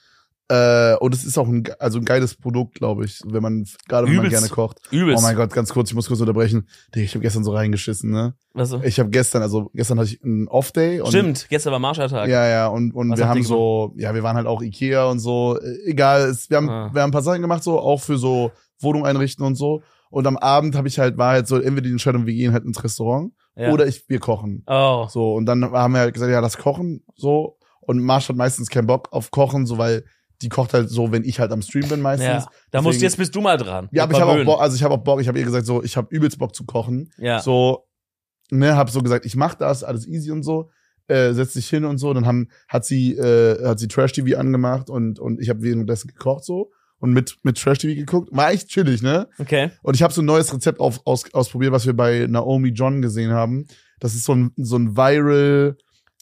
Äh, und es ist auch ein, also ein geiles Produkt, glaube ich, wenn man, gerade wenn man gerne kocht. Übelst. Oh mein Gott, ganz kurz, ich muss kurz unterbrechen. Digga, ich habe gestern so reingeschissen, ne? Also. Ich habe gestern, also gestern hatte ich einen Off-Day. Und, Stimmt, gestern war Marschalltag. Ja, ja, und, und Was wir habt haben ihr so, ja, wir waren halt auch Ikea und so. Äh, Egal, es, wir haben, Ah. wir haben ein paar Sachen gemacht, so, auch für so Wohnung einrichten und so. Und am Abend habe ich halt, war halt so, entweder die Entscheidung, wir gehen halt ins Restaurant Ja. oder ich, wir kochen. Oh. So, und dann haben wir halt gesagt, ja, das Kochen, so. Und Marsch hat meistens keinen Bock auf Kochen, so, weil die kocht halt so, wenn ich halt am Stream bin meistens. Ja. Da musst Deswegen- jetzt bist du mal dran. Ja, aber Mit ich habe auch verwöhnen. Bock, also ich habe auch Bock, ich habe ihr gesagt, so, ich habe übelst Bock zu kochen. Ja. So, ne, hab so gesagt, ich mach das, alles easy und so. Äh, setz dich hin und so. Dann haben, hat sie, äh, hat sie Trash-T V angemacht und, und ich habe währenddessen gekocht so. Und mit, mit Trash-T V geguckt. War echt chillig, ne? Okay. Und ich habe so ein neues Rezept auf, aus, ausprobiert, was wir bei Naomi John gesehen haben. Das ist so ein, so ein viral,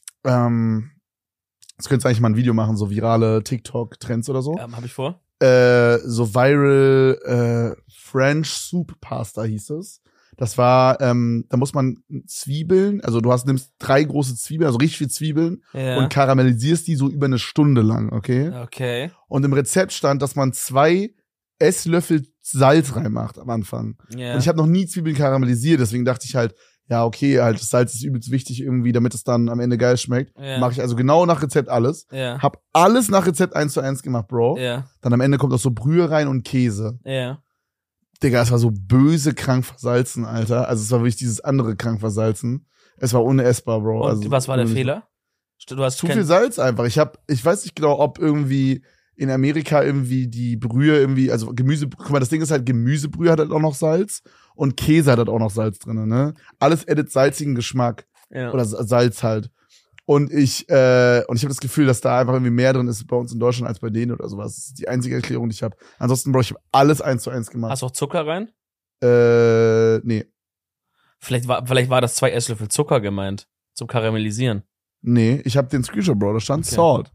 ähm, das könntest du eigentlich mal ein Video machen, so virale TikTok-Trends oder so. Ähm, hab ich vor. Äh, so viral äh, French Soup Pasta hieß es. Das war, ähm, da muss man Zwiebeln, also du hast nimmst drei große Zwiebeln, also richtig viel Zwiebeln Ja. und karamellisierst die so über eine Stunde lang, okay? Okay. Und im Rezept stand, dass man zwei Esslöffel Salz reinmacht am Anfang. Ja. Und ich habe noch nie Zwiebeln karamellisiert, deswegen dachte ich halt, ja, okay, halt das Salz ist übelst wichtig irgendwie, damit es dann am Ende geil schmeckt. Ja. Mache ich also genau nach Rezept alles. Ja. Hab alles nach Rezept eins zu eins gemacht, Bro. Ja. Dann am Ende kommt auch so Brühe rein und Käse. Ja. Digga, es war so böse krank versalzen, Alter. Also es war wirklich dieses andere krank versalzen. Es war unessbar, Bro. Und also, was war der ohne- Fehler? Du hast Zu kein- viel Salz einfach. Ich hab, ich weiß nicht genau, ob irgendwie in Amerika irgendwie die Brühe irgendwie, also Gemüse, guck mal, das Ding ist halt, Gemüsebrühe hat halt auch noch Salz und Käse hat halt auch noch Salz drin, ne? Alles addet salzigen Geschmack. Ja. Oder Sa- Salz halt. Und ich, äh, und ich habe das Gefühl, dass da einfach irgendwie mehr drin ist bei uns in Deutschland als bei denen oder sowas. Das ist die einzige Erklärung, die ich habe. Ansonsten, Bro, ich habe alles eins zu eins gemacht. Hast du auch Zucker rein? Äh, nee. Vielleicht war, vielleicht war das zwei Esslöffel Zucker gemeint. Zum Karamellisieren. Nee, ich habe den Screenshot, Bro, da stand Okay. Salt.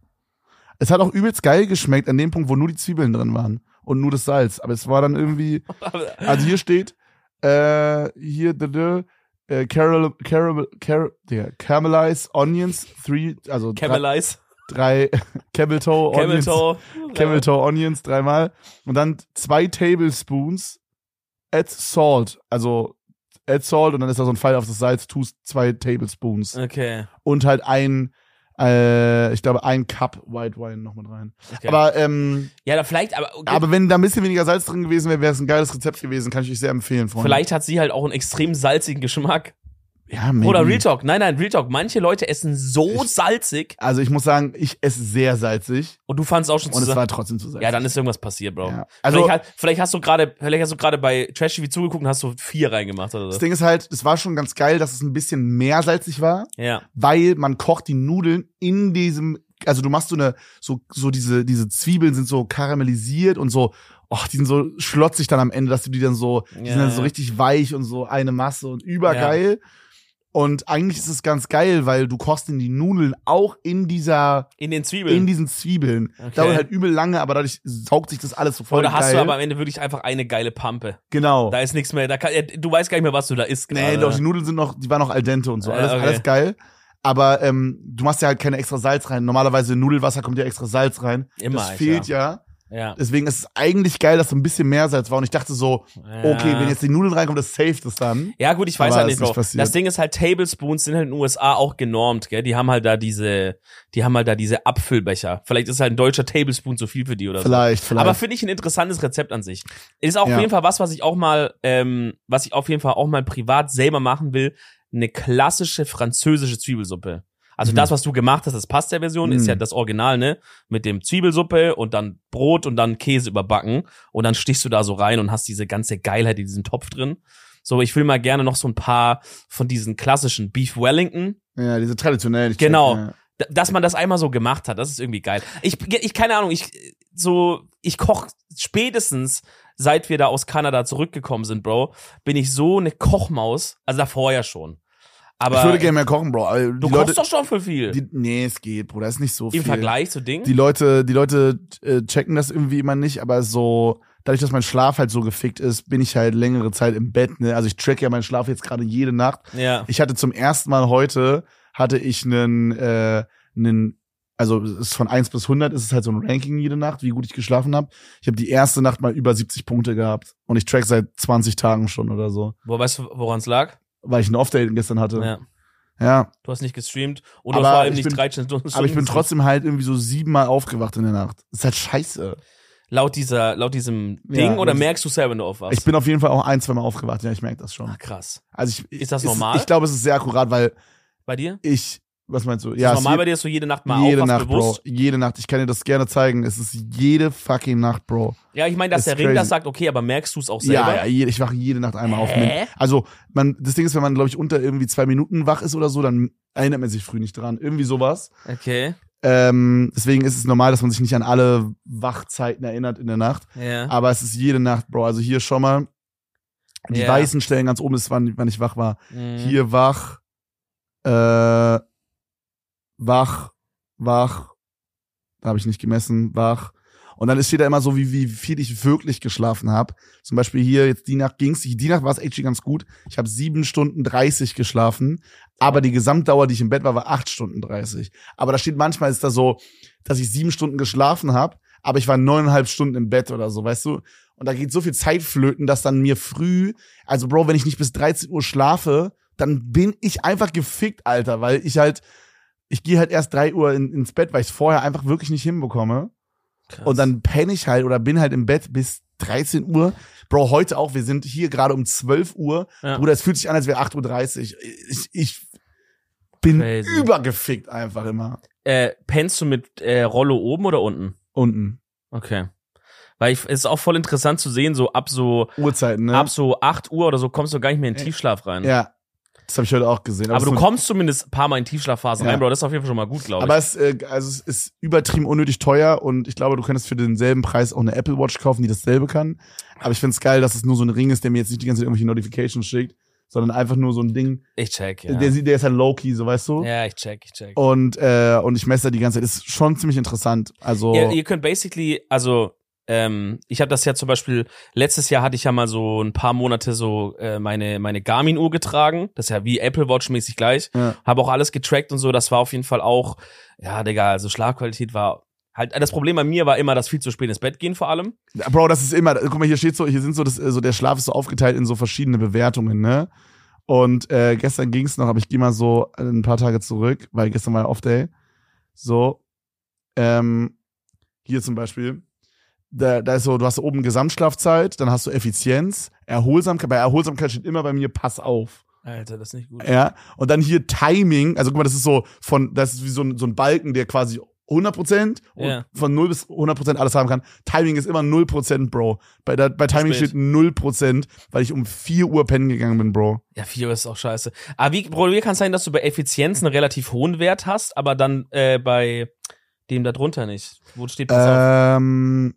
Es hat auch übelst geil geschmeckt an dem Punkt, wo nur die Zwiebeln drin waren und nur das Salz. Aber es war dann irgendwie, also hier steht, äh, hier, d -d, äh, Caramel, Caramel, Caramel, Digga, Caramelized Onions, three, also drei, Camelize. drei Camel Toe Camel Onions, Toe. Camel Toe Onions dreimal und dann zwei Tablespoons add Salt, also add Salt und dann ist da so ein Pfeil auf das Salz, tust zwei Tablespoons Okay. und halt ein, äh, ich glaube ein Cup White Wine noch mit rein. okay. Aber ähm, ja, da vielleicht, aber, okay. aber wenn da ein bisschen weniger Salz drin gewesen wäre, wäre es ein geiles Rezept gewesen, kann ich euch sehr empfehlen, Freunde. vielleicht hat sie halt auch einen extrem salzigen Geschmack. Ja, maybe. Oder Real Talk. Nein, nein, Real Talk. Manche Leute essen so Ich- salzig Also ich muss sagen, ich esse sehr salzig und du fandst auch schon und es zu war trotzdem zu salzig. Ja, dann ist irgendwas passiert, Bro. Ja. Also vielleicht, hat, vielleicht hast du gerade, vielleicht hast du gerade bei Trash T V zugeguckt und hast so vier reingemacht oder das so. Ding ist halt, es war schon ganz geil, dass es ein bisschen mehr salzig war, Ja. weil man kocht die Nudeln in diesem, also du machst so eine, so, so diese, diese Zwiebeln sind so karamellisiert und so, och, die sind so schlotzig dann am Ende, dass du die dann so, die Ja, sind dann so ja. richtig weich und so eine Masse und übergeil. Und eigentlich ist es ganz geil, weil du kochst in die Nudeln auch in dieser, In den Zwiebeln. in diesen Zwiebeln. Okay. Dauert halt übel lange, aber dadurch saugt sich das alles so voll Oder hast geil. du aber am Ende wirklich einfach eine geile Pampe. Genau. Da ist nichts mehr. Da kann, ja, du weißt gar nicht mehr, was du da isst. Nee, gerade. doch, die Nudeln sind noch, die waren noch al dente und so. Ja, Alles, okay. alles geil. Aber ähm, du machst ja halt keine extra Salz rein. Normalerweise in Nudelwasser kommt ja extra Salz rein. Immer, das Alter. fehlt ja. Ja. Deswegen ist es eigentlich geil, dass so ein bisschen mehr Salz war. Und ich dachte so, okay, wenn jetzt die Nudeln reinkommen, das saved es dann. Ja, gut, ich weiß Aber halt ist nicht, nicht Bro. passiert. Das Ding ist halt, Tablespoons sind halt in den U S A auch genormt, gell? Die haben halt da diese, die haben halt da diese Abfüllbecher. Vielleicht ist halt ein deutscher Tablespoon zu viel für die oder Vielleicht, so. vielleicht. Aber finde ich ein interessantes Rezept an sich. Ist auch Ja. auf jeden Fall was, was ich auch mal, ähm, was ich auf jeden Fall auch mal privat selber machen will. Eine klassische französische Zwiebelsuppe. Also Mhm. das, was du gemacht hast, das Pasta-Version, ist Mhm. ja das Original, ne? Mit dem Zwiebelsuppe und dann Brot und dann Käse überbacken. Und dann stichst du da so rein und hast diese ganze Geilheit in diesem Topf drin. So, ich will mal gerne noch so ein paar von diesen klassischen Beef Wellington. Ja, diese traditionellen. ich Genau. check, ja. D- Dass man das einmal so gemacht hat, das ist irgendwie geil. Ich, ich keine Ahnung, ich so, ich koch spätestens, seit wir da aus Kanada zurückgekommen sind, Bro, bin ich so eine Kochmaus. Also davor ja schon. Aber Ich würde gerne mehr kochen, Bro. aber du die kochst Leute, doch schon für viel. die, nee, es geht, Bruder. Ist nicht so viel. Im Vergleich zu Dingen. Die Leute, die Leute äh, checken das irgendwie immer nicht, aber so, dadurch, dass mein Schlaf halt so gefickt ist, bin ich halt längere Zeit im Bett, ne? Also ich track ja meinen Schlaf jetzt gerade jede Nacht. Ja. Ich hatte zum ersten Mal heute, hatte ich einen, äh, einen also es ist von eins bis hundert ist es halt so ein Ranking jede Nacht, wie gut ich geschlafen habe. Ich habe die erste Nacht mal über siebzig Punkte gehabt und ich track seit zwanzig Tagen schon oder so. Wo weißt du, woran es lag? Weil ich ein Off-Day gestern hatte. Ja. Ja. Du hast nicht gestreamt und du Aber hast vor allem ich nicht bin- dreizehn Stunden. Aber ich bin trotzdem halt irgendwie so siebenmal aufgewacht in der Nacht. Das ist halt scheiße. Laut dieser, laut diesem Ja, Ding oder laut- merkst du selber, wenn du aufwachst? Ich bin auf jeden Fall auch ein, zwei Mal aufgewacht. Ja, ich merke das schon. Ah, krass. Also ich, Ist das ich, normal? Ich glaube, es ist sehr akkurat, weil Bei dir? ich, was meinst du? Ist Ja, das es normal je- bei dir, dass du jede Nacht mal jede aufwachst, Nacht, bewusst? Bro. Jede Nacht. Ich kann dir das gerne zeigen. Es ist jede fucking Nacht, Bro. Ja, ich meine, dass Ist der Ring crazy. das sagt, okay, aber merkst du es auch selber? Ja, ja, jede, ich wache jede Nacht einmal auf. Hä? Also, man, das Ding ist, wenn man, glaube ich, unter irgendwie zwei Minuten wach ist oder so, dann erinnert man sich früh nicht dran. Irgendwie sowas. Okay. Ähm, deswegen ist es normal, dass man sich nicht an alle Wachzeiten erinnert in der Nacht. Ja. Aber es ist jede Nacht, Bro. Also hier schon mal. Die Ja. weißen Stellen ganz oben ist, wann, wann ich wach war. Mhm. Hier wach, äh, wach, wach. Da habe ich nicht gemessen, wach. Und dann steht da immer so, wie, wie viel ich wirklich geschlafen habe. Zum Beispiel hier, jetzt die Nacht ging's. Die Nacht war es actually ganz gut. Ich habe sieben Stunden dreißig geschlafen. Aber die Gesamtdauer, die ich im Bett war, war acht Stunden dreißig. Aber da steht manchmal, ist da so, dass ich sieben Stunden geschlafen habe, aber ich war neuneinhalb Stunden im Bett oder so, weißt du? Und da geht so viel Zeit flöten, dass dann mir früh, also Bro, wenn ich nicht bis dreizehn Uhr schlafe, dann bin ich einfach gefickt, Alter, weil ich halt, ich gehe halt erst drei Uhr in, ins Bett, weil ich es vorher einfach wirklich nicht hinbekomme. Krass. Und dann penne ich halt oder bin halt im Bett bis dreizehn Uhr. Bro, heute auch, wir sind hier gerade um zwölf Uhr. Ja. Bruder, es fühlt sich an, als wäre acht Uhr dreißig. Ich, ich bin Crazy. übergefickt einfach immer. Äh, pennst du mit äh, Rollo oben oder unten? Unten. Okay. Weil ich, es ist auch voll interessant zu sehen, so ab so Uhrzeiten, ne? ab so acht Uhr oder so kommst du gar nicht mehr in den Tiefschlaf rein. Ja. Das habe ich heute auch gesehen. Aber es du ist nur- kommst zumindest ein paar Mal in Tiefschlafphasen Ja. rein, Bro. Das ist auf jeden Fall schon mal gut, glaube ich. Aber es, äh, also es ist übertrieben unnötig teuer und ich glaube, du könntest für denselben Preis auch eine Apple Watch kaufen, die dasselbe kann. Aber ich find's geil, dass es nur so ein Ring ist, der mir jetzt nicht die ganze Zeit irgendwelche Notifications schickt, sondern einfach nur so ein Ding. ich check, ja. Der, der ist halt low-key, so weißt du? ja, ich check, ich check. Und, äh, und ich messe da die ganze Zeit. Ist schon ziemlich interessant. Also. Ihr, ihr könnt basically, also ähm, ich habe das ja zum Beispiel, letztes Jahr hatte ich ja mal so ein paar Monate so äh, meine meine Garmin-Uhr getragen. Das ist ja wie Apple Watch-mäßig gleich. Ja. Habe auch alles getrackt und so. Das war auf jeden Fall auch, ja, Digga, also Schlafqualität war halt, das Problem bei mir war immer das viel zu spät ins Bett gehen vor allem. Bro, das ist immer, guck mal, hier steht so, hier sind so, das, so der Schlaf ist so aufgeteilt in so verschiedene Bewertungen, ne? Und äh, gestern ging's noch, aber ich gehe mal so ein paar Tage zurück, weil gestern war ja Off-Day. So, ähm, hier zum Beispiel, da, da ist so, du hast oben Gesamtschlafzeit, dann hast du Effizienz, Erholsamkeit, bei Erholsamkeit steht immer bei mir, pass auf. Alter, das ist nicht gut. Ja, und dann hier Timing, also guck mal, das ist so von, das ist wie so ein, so ein Balken, der quasi hundert Prozent und Ja. von null bis hundert Prozent alles haben kann. Timing ist immer null Prozent, Bro. Bei, der, bei Timing Spät. steht null Prozent, weil ich um vier Uhr pennen gegangen bin, Bro. Ja, vier ist auch scheiße. Aber wie, Bro, wie kann es sein, dass du bei Effizienz einen relativ hohen Wert hast, aber dann äh, bei dem da drunter nicht? Wo steht pass auf? Ähm,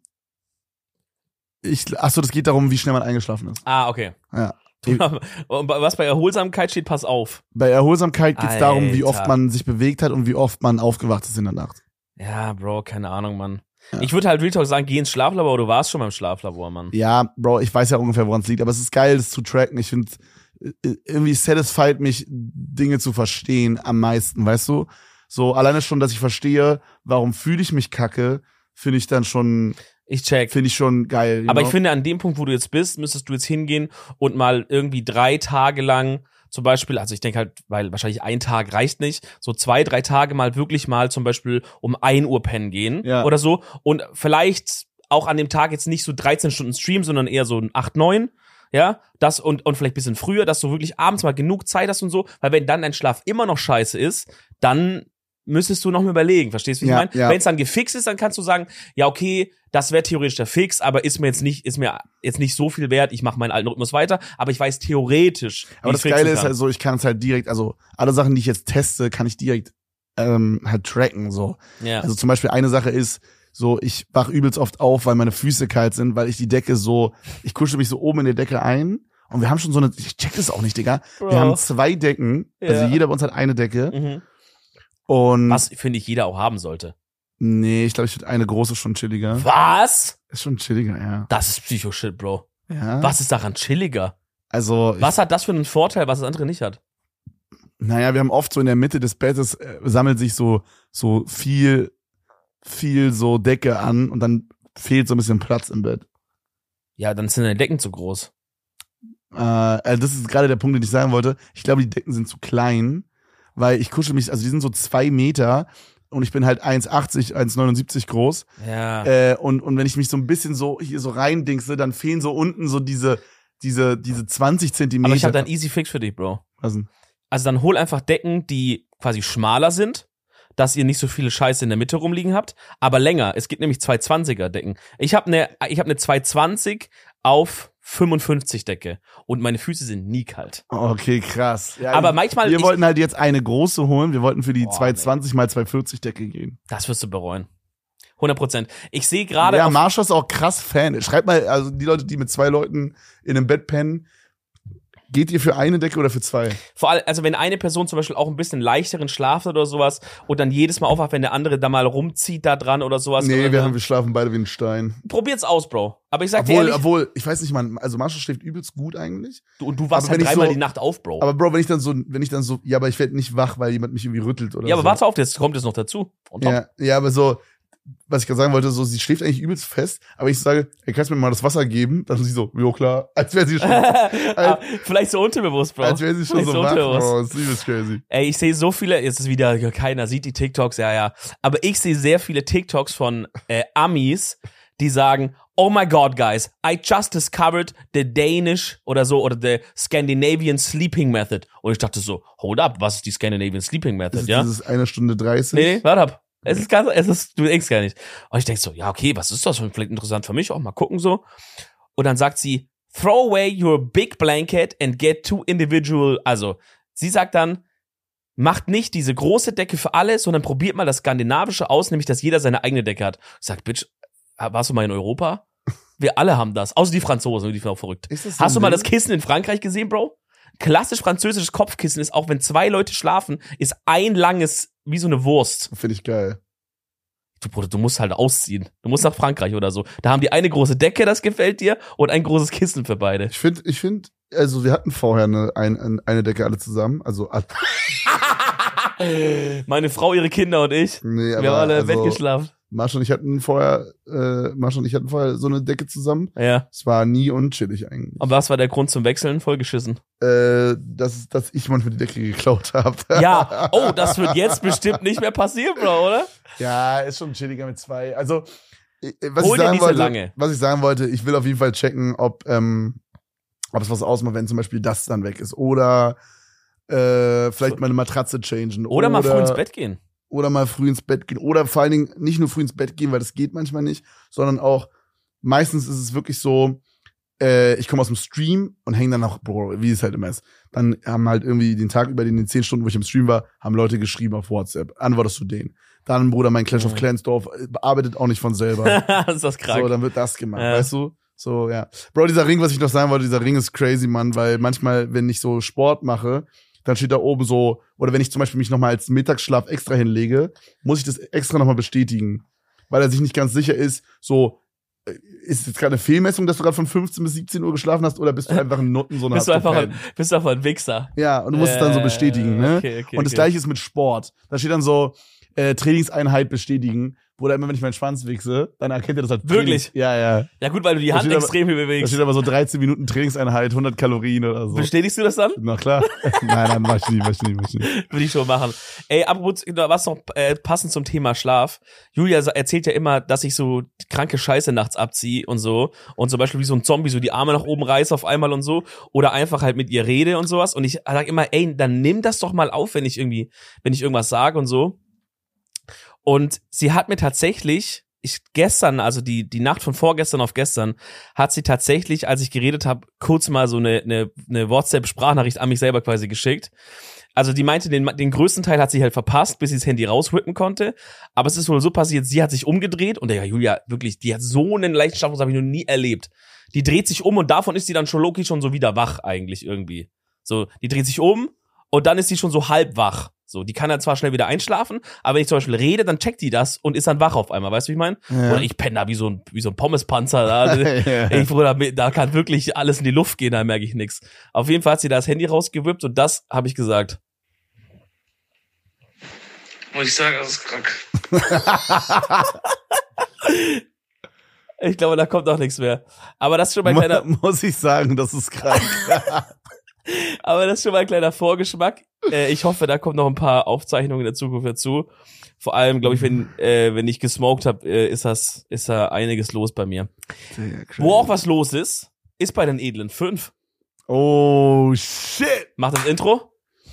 ich, achso, das geht darum, wie schnell man eingeschlafen ist. Ah, okay. Ja. Und was bei Erholsamkeit steht, pass auf. Bei Erholsamkeit geht's darum, wie oft Alter. man sich bewegt hat und wie oft man aufgewacht ist in der Nacht. Ja, Bro, keine Ahnung, Mann. Ja. Ich würde halt Real Talk sagen, geh ins Schlaflabor, du warst schon beim Schlaflabor, Mann. Ja, Bro, ich weiß ja ungefähr, woran es liegt, aber es ist geil, das zu tracken. Ich finde, irgendwie satisfied mich, Dinge zu verstehen am meisten, weißt du? So, alleine schon, dass ich verstehe, warum fühle ich mich kacke, finde ich dann schon, Ich check. finde ich schon geil. you Aber know? ich finde, an dem Punkt, wo du jetzt bist, müsstest du jetzt hingehen und mal irgendwie drei Tage lang zum Beispiel, also ich denke halt, weil wahrscheinlich ein Tag reicht nicht, so zwei, drei Tage mal wirklich mal zum Beispiel um ein Uhr pennen gehen Ja. oder so und vielleicht auch an dem Tag jetzt nicht so dreizehn Stunden Stream, sondern eher so acht, neun, ja, das und, und vielleicht ein bisschen früher, dass du wirklich abends mal genug Zeit hast und so, weil wenn dann dein Schlaf immer noch scheiße ist, dann müsstest du noch mal überlegen, verstehst du, wie Ja, ich meine? ja. Wenn es dann gefixt ist, dann kannst du sagen, ja, okay, das wäre theoretisch der Fix, aber ist mir jetzt nicht, ist mir jetzt nicht so viel wert, ich mache meinen alten Rhythmus weiter, aber ich weiß theoretisch, wie Aber ich das fixen Geile ist kann. halt so, ich kann es halt direkt, also alle Sachen, die ich jetzt teste, kann ich direkt ähm, halt tracken, so. Ja. Also zum Beispiel eine Sache ist, so, ich wach übelst oft auf, weil meine Füße kalt sind, weil ich die Decke so, ich kuschel mich so oben in der Decke ein und wir haben schon so eine, ich check das auch nicht, Digga. Bro. Wir haben zwei Decken, also Ja. jeder bei uns hat eine Decke Mhm. und Was, finde ich, jeder auch haben sollte. nee, ich glaube, ich finde eine große schon chilliger. Was? Ist schon chilliger, ja. Das ist Psycho-Shit, Bro. Ja. Was ist daran chilliger? Also, ich, Was hat das für einen Vorteil, was das andere nicht hat? Naja, wir haben oft so in der Mitte des Bettes äh, sammelt sich so, so viel, viel so Decke an und dann fehlt so ein bisschen Platz im Bett. Ja, dann sind deine Decken zu groß. Äh, also das ist gerade der Punkt, den ich sagen wollte. Ich glaube, die Decken sind zu klein, weil ich kuschel mich, also die sind so zwei Meter und ich bin halt eins achtzig, eins neunundsiebzig groß. Ja. Äh, und, und wenn ich mich so ein bisschen so hier so reindingse, dann fehlen so unten so diese, diese, diese zwanzig Zentimeter. Aber ich habe da einen easy Fix für dich, Bro. Was denn? Also dann hol einfach Decken, die quasi schmaler sind, dass ihr nicht so viele Scheiße in der Mitte rumliegen habt, aber länger. Es gibt nämlich zwei zwanziger Decken. Ich habe eine ich habe eine zwei zwanzig auf fünfundfünfzig Decke und meine Füße sind nie kalt. Okay, krass. Ja, aber manchmal wir ich, wollten halt jetzt eine große holen. Wir wollten für die Boah, zwei zwanzig mal zwei vierzig Decke gehen. Das wirst du bereuen. hundert Prozent. Ich sehe gerade Ja, auf- Marsha ist auch krass Fan. Schreibt mal, also die Leute, die mit zwei Leuten in einem Bett pennen, geht ihr für eine Decke oder für zwei? Vor allem, also wenn eine Person zum Beispiel auch ein bisschen leichteren Schlaf hat oder sowas und dann jedes Mal aufwacht, wenn der andere da mal rumzieht da dran oder sowas. Nee, oder wir, haben, wir schlafen beide wie ein Stein. Probiert's aus, Bro. Aber ich sag dir Obwohl, ehrlich, obwohl, ich weiß nicht, man, also Marsha schläft übelst gut eigentlich. du, und du warst aber halt wenn ich dreimal so- die Nacht auf, Bro. Aber Bro, wenn ich dann so, wenn ich dann so, ja, aber ich werde nicht wach, weil jemand mich irgendwie rüttelt oder ja, aber so. warte auf, jetzt kommt es noch dazu. Und Ja, ja, aber so, was ich gerade sagen wollte, so, sie schläft eigentlich übelst fest, aber ich sage, ey, kannst du mir mal das Wasser geben? Dann ist sie so, jo klar, als wäre sie schon, Ah, vielleicht so unterbewusst, Bro. als wäre sie schon Vielleicht so wach, unterbewusst. Bro, das ist übelst crazy. Ey, ich sehe so viele, jetzt ist wieder, ja, keiner sieht die TikToks, ja, ja. Aber ich sehe sehr viele TikToks von äh, Amis, die sagen, oh my God, guys, I just discovered the Danish oder so, oder the Scandinavian Sleeping Method. Und ich dachte so, hold up, was ist die Scandinavian Sleeping Das Method, ist ja? dieses eine Stunde dreißig. Nee, nee, warte ab. Es ist ganz, es ist, du denkst gar nicht. Und ich denk so, ja, okay, was ist das? Vielleicht interessant für mich auch, mal gucken so. Und dann sagt sie, throw away your big blanket and get two individual, also, sie sagt dann, macht nicht diese große Decke für alle, sondern probiert mal das Skandinavische aus, nämlich, dass jeder seine eigene Decke hat. Ich sag, Bitch, warst du mal in Europa? Wir alle haben das. Außer die Franzosen, die sind auch verrückt. Ist das so Hast ein du mal Ding? das Kissen in Frankreich gesehen, Bro? Klassisch französisches Kopfkissen ist, auch wenn zwei Leute schlafen, ist ein langes, wie so eine Wurst. Finde ich geil. Du, Bruder, du musst halt ausziehen. Du musst nach Frankreich oder so. Da haben die eine große Decke, das gefällt dir, und ein großes Kissen für beide. Ich finde, ich finde, also wir hatten vorher eine, ein, eine Decke alle zusammen, also alle, Meine Frau, ihre Kinder und ich. nee, Wir aber haben alle im Bett also, geschlafen. Marsha und ich hatten vorher, äh, Marsha und ich hatten vorher so eine Decke zusammen. Ja. Es war nie unchillig eigentlich. Und was war der Grund zum Wechseln? Vollgeschissen. Äh, dass, dass ich manchmal die Decke geklaut habe. Ja. Oh, das wird jetzt bestimmt nicht mehr passieren, Bro, oder? Ja, ist schon chilliger mit zwei. Also, äh, was Hol ich dir sagen nicht so wollte, lange. was ich sagen wollte, ich will auf jeden Fall checken, ob, ähm, ob es was ausmacht, wenn zum Beispiel das dann weg ist. Oder äh, vielleicht mal eine Matratze changen. Oder mal früh ins Bett gehen. Oder mal früh ins Bett gehen. Oder vor allen Dingen nicht nur früh ins Bett gehen, weil das geht manchmal nicht, sondern auch, meistens ist es wirklich so, äh, ich komme aus dem Stream und hänge dann noch, Bro, wie es halt immer ist. Dann haben halt irgendwie den Tag über, den zehn Stunden, wo ich im Stream war, haben Leute geschrieben auf WhatsApp. Antwortest du denen. Dann, Bruder, mein Clash of Mhm. Clans Dorf äh, bearbeitet auch nicht von selber. Ist das krank. So, dann wird das gemacht, Ja. weißt du? So, ja. Bro, dieser Ring, was ich noch sagen wollte, dieser Ring ist crazy, Mann, weil manchmal, wenn ich so Sport mache, dann steht da oben so, oder wenn ich zum Beispiel mich nochmal als Mittagsschlaf extra hinlege, muss ich das extra nochmal bestätigen. Weil er sich nicht ganz sicher ist, so, äh, ist jetzt gerade eine Fehlmessung, dass du gerade von fünfzehn bis siebzehn Uhr geschlafen hast, oder bist du einfach ein Nutten, so bist, du einfach ein, bist du einfach ein Wichser. Ja, und du musst es dann so Äh, bestätigen, ne? okay, okay, und das okay. gleiche ist mit Sport. Da steht dann so, äh, Trainingseinheit bestätigen. Oder immer, wenn ich meinen Schwanz wichse, dann erkennt ihr das halt. Wirklich? Trainings- Ja, ja. Ja gut, weil du die Da Hand steht aber- extrem viel Da bewegst. steht aber so dreizehn Minuten Trainingseinheit, hundert Kalorien oder so. Bestätigst du das dann? Na klar. nein, nein, mach ich nie, mach ich nie, mach ich nie. Würde ich schon machen. Ey, apropos, was noch äh, passend zum Thema Schlaf. Julia sa- erzählt ja immer, dass ich so kranke Scheiße nachts abziehe und so. Und zum Beispiel wie so ein Zombie so die Arme nach oben reiße auf einmal und so. Oder einfach halt mit ihr rede und sowas. Und ich sag immer, ey, dann nimm das doch mal auf, wenn ich irgendwie, wenn ich irgendwas sage und so. Und sie hat mir tatsächlich, ich gestern, also die die Nacht von vorgestern auf gestern, hat sie tatsächlich, als ich geredet habe, kurz mal so eine eine, eine WhatsApp-Sprachnachricht an mich selber quasi geschickt. Also die meinte, den, den größten Teil hat sie halt verpasst, bis sie das Handy rausrücken konnte. Aber es ist wohl so passiert, sie hat sich umgedreht und ja, Julia, wirklich, die hat so einen leichten Schlaf, das habe ich noch nie erlebt. Die dreht sich um und davon ist sie dann schon logisch schon so wieder wach eigentlich irgendwie. So, die dreht sich um und dann ist sie schon so halb wach. So, die kann dann zwar schnell wieder einschlafen, aber wenn ich zum Beispiel rede, dann checkt die das und ist dann wach auf einmal, weißt du, wie ich meine? Ja. Oder ich penne da wie so ein, wie so ein Pommespanzer da. Ja. Ich, Bruder, da kann wirklich alles in die Luft gehen, da merke ich nichts. Auf jeden Fall hat sie da das Handy rausgewippt und das habe ich gesagt. Muss ich sagen, das ist krank. Ich glaube, da kommt auch nichts mehr. Aber das ist schon mal ein kleiner, Muss ich sagen, das ist krank. aber das ist schon mal ein kleiner Vorgeschmack. Äh, ich hoffe, da kommt noch ein paar Aufzeichnungen in der Zukunft dazu. Vor allem, glaube ich, wenn äh, wenn ich gesmoked habe, äh, ist das ist da einiges los bei mir. Wo auch was los ist, ist bei den edlen fünf. Oh, shit. Mach das Intro.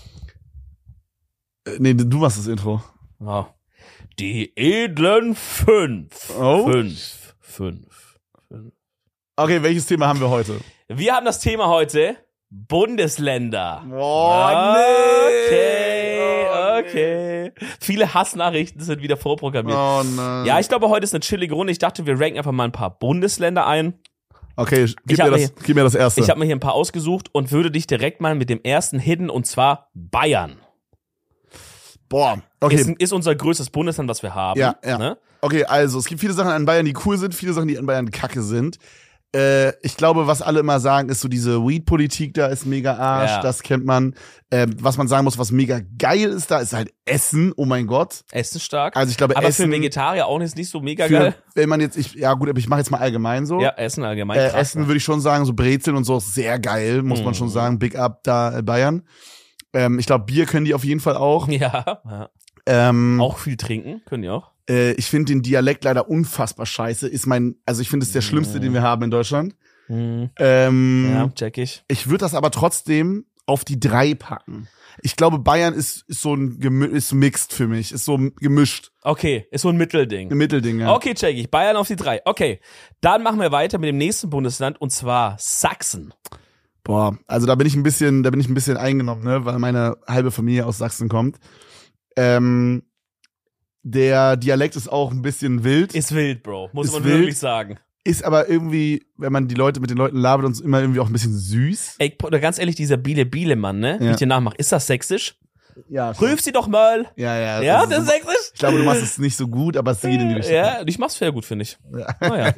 Äh, nee, du machst das Intro. Oh. Die edlen fünf. Oh. Fünf. Fünf. Fünf. Okay, welches Thema haben wir heute? Wir haben das Thema heute Bundesländer. Oh, nee. Okay, Oh, okay. Viele Hassnachrichten sind wieder vorprogrammiert. Oh nein. Ja, ich glaube, heute ist eine chillige Runde. Ich dachte, wir ranken einfach mal ein paar Bundesländer ein. Okay, gib, Ich mir hab das, mir- gib mir das erste. Ich habe mir hier ein paar ausgesucht und würde dich direkt mal mit dem ersten hitten, und zwar Bayern. Boah, okay. Ist, ist unser größtes Bundesland, was wir haben. Ja, ja. Ne? Okay, also es gibt viele Sachen an Bayern, die cool sind, viele Sachen, die an Bayern kacke sind. Äh, ich glaube, was alle immer sagen, ist so diese Weed-Politik da ist mega Arsch, Ja. das kennt man. Äh, was man sagen muss, was mega geil ist da, ist halt Essen, oh mein Gott. Essen stark. Also ich glaube, aber für Essen, einen Vegetarier auch nicht, nicht so mega für, geil. wenn man jetzt, ich, ja gut, aber ich mache jetzt mal allgemein so. Ja, Essen allgemein. Äh, krass, Essen ne? würde ich schon sagen, so Brezeln und so ist sehr geil, muss man Mhm. schon sagen. Big up da äh, Bayern. Ähm, ich glaube, Bier können die auf jeden Fall auch. Ja, ja. Ähm, Auch viel trinken, können die auch. Äh, ich finde den Dialekt leider unfassbar scheiße. Ist mein, also ich finde es der schlimmste, den wir haben in Deutschland. Mhm. Ähm, Ja, check ich. Ich würde das aber trotzdem auf die drei packen. Ich glaube, Bayern ist, ist so ein Gemü ist mixed für mich, ist so gemischt, Okay, ist so ein Mittelding. ein Mittelding. Ja. Okay, check ich. Bayern auf die drei. Okay, dann machen wir weiter mit dem nächsten Bundesland, und zwar Sachsen. Boah, also da bin ich ein bisschen, da bin ich ein bisschen eingenommen, ne, weil meine halbe Familie aus Sachsen kommt. Ähm, der Dialekt ist auch ein bisschen wild, ist, Ist wild, Bro. Muss Ist man wild. wirklich sagen. aber irgendwie, wenn man die Leute mit den Leuten labert, uns immer irgendwie auch ein bisschen süß. Ey, oder ganz ehrlich, dieser Biele Biele-Mann, ne? Wie Ja. ich den nachmache. Ist das sächsisch? Ja, Prüf sie doch mal. ja, ja. Ja, das das ist- ist sächsisch? Ich glaube, du machst es nicht so gut, aber es geht in die Richtung. Ja, ich mach's sehr gut, finde ich. Ja. Naja.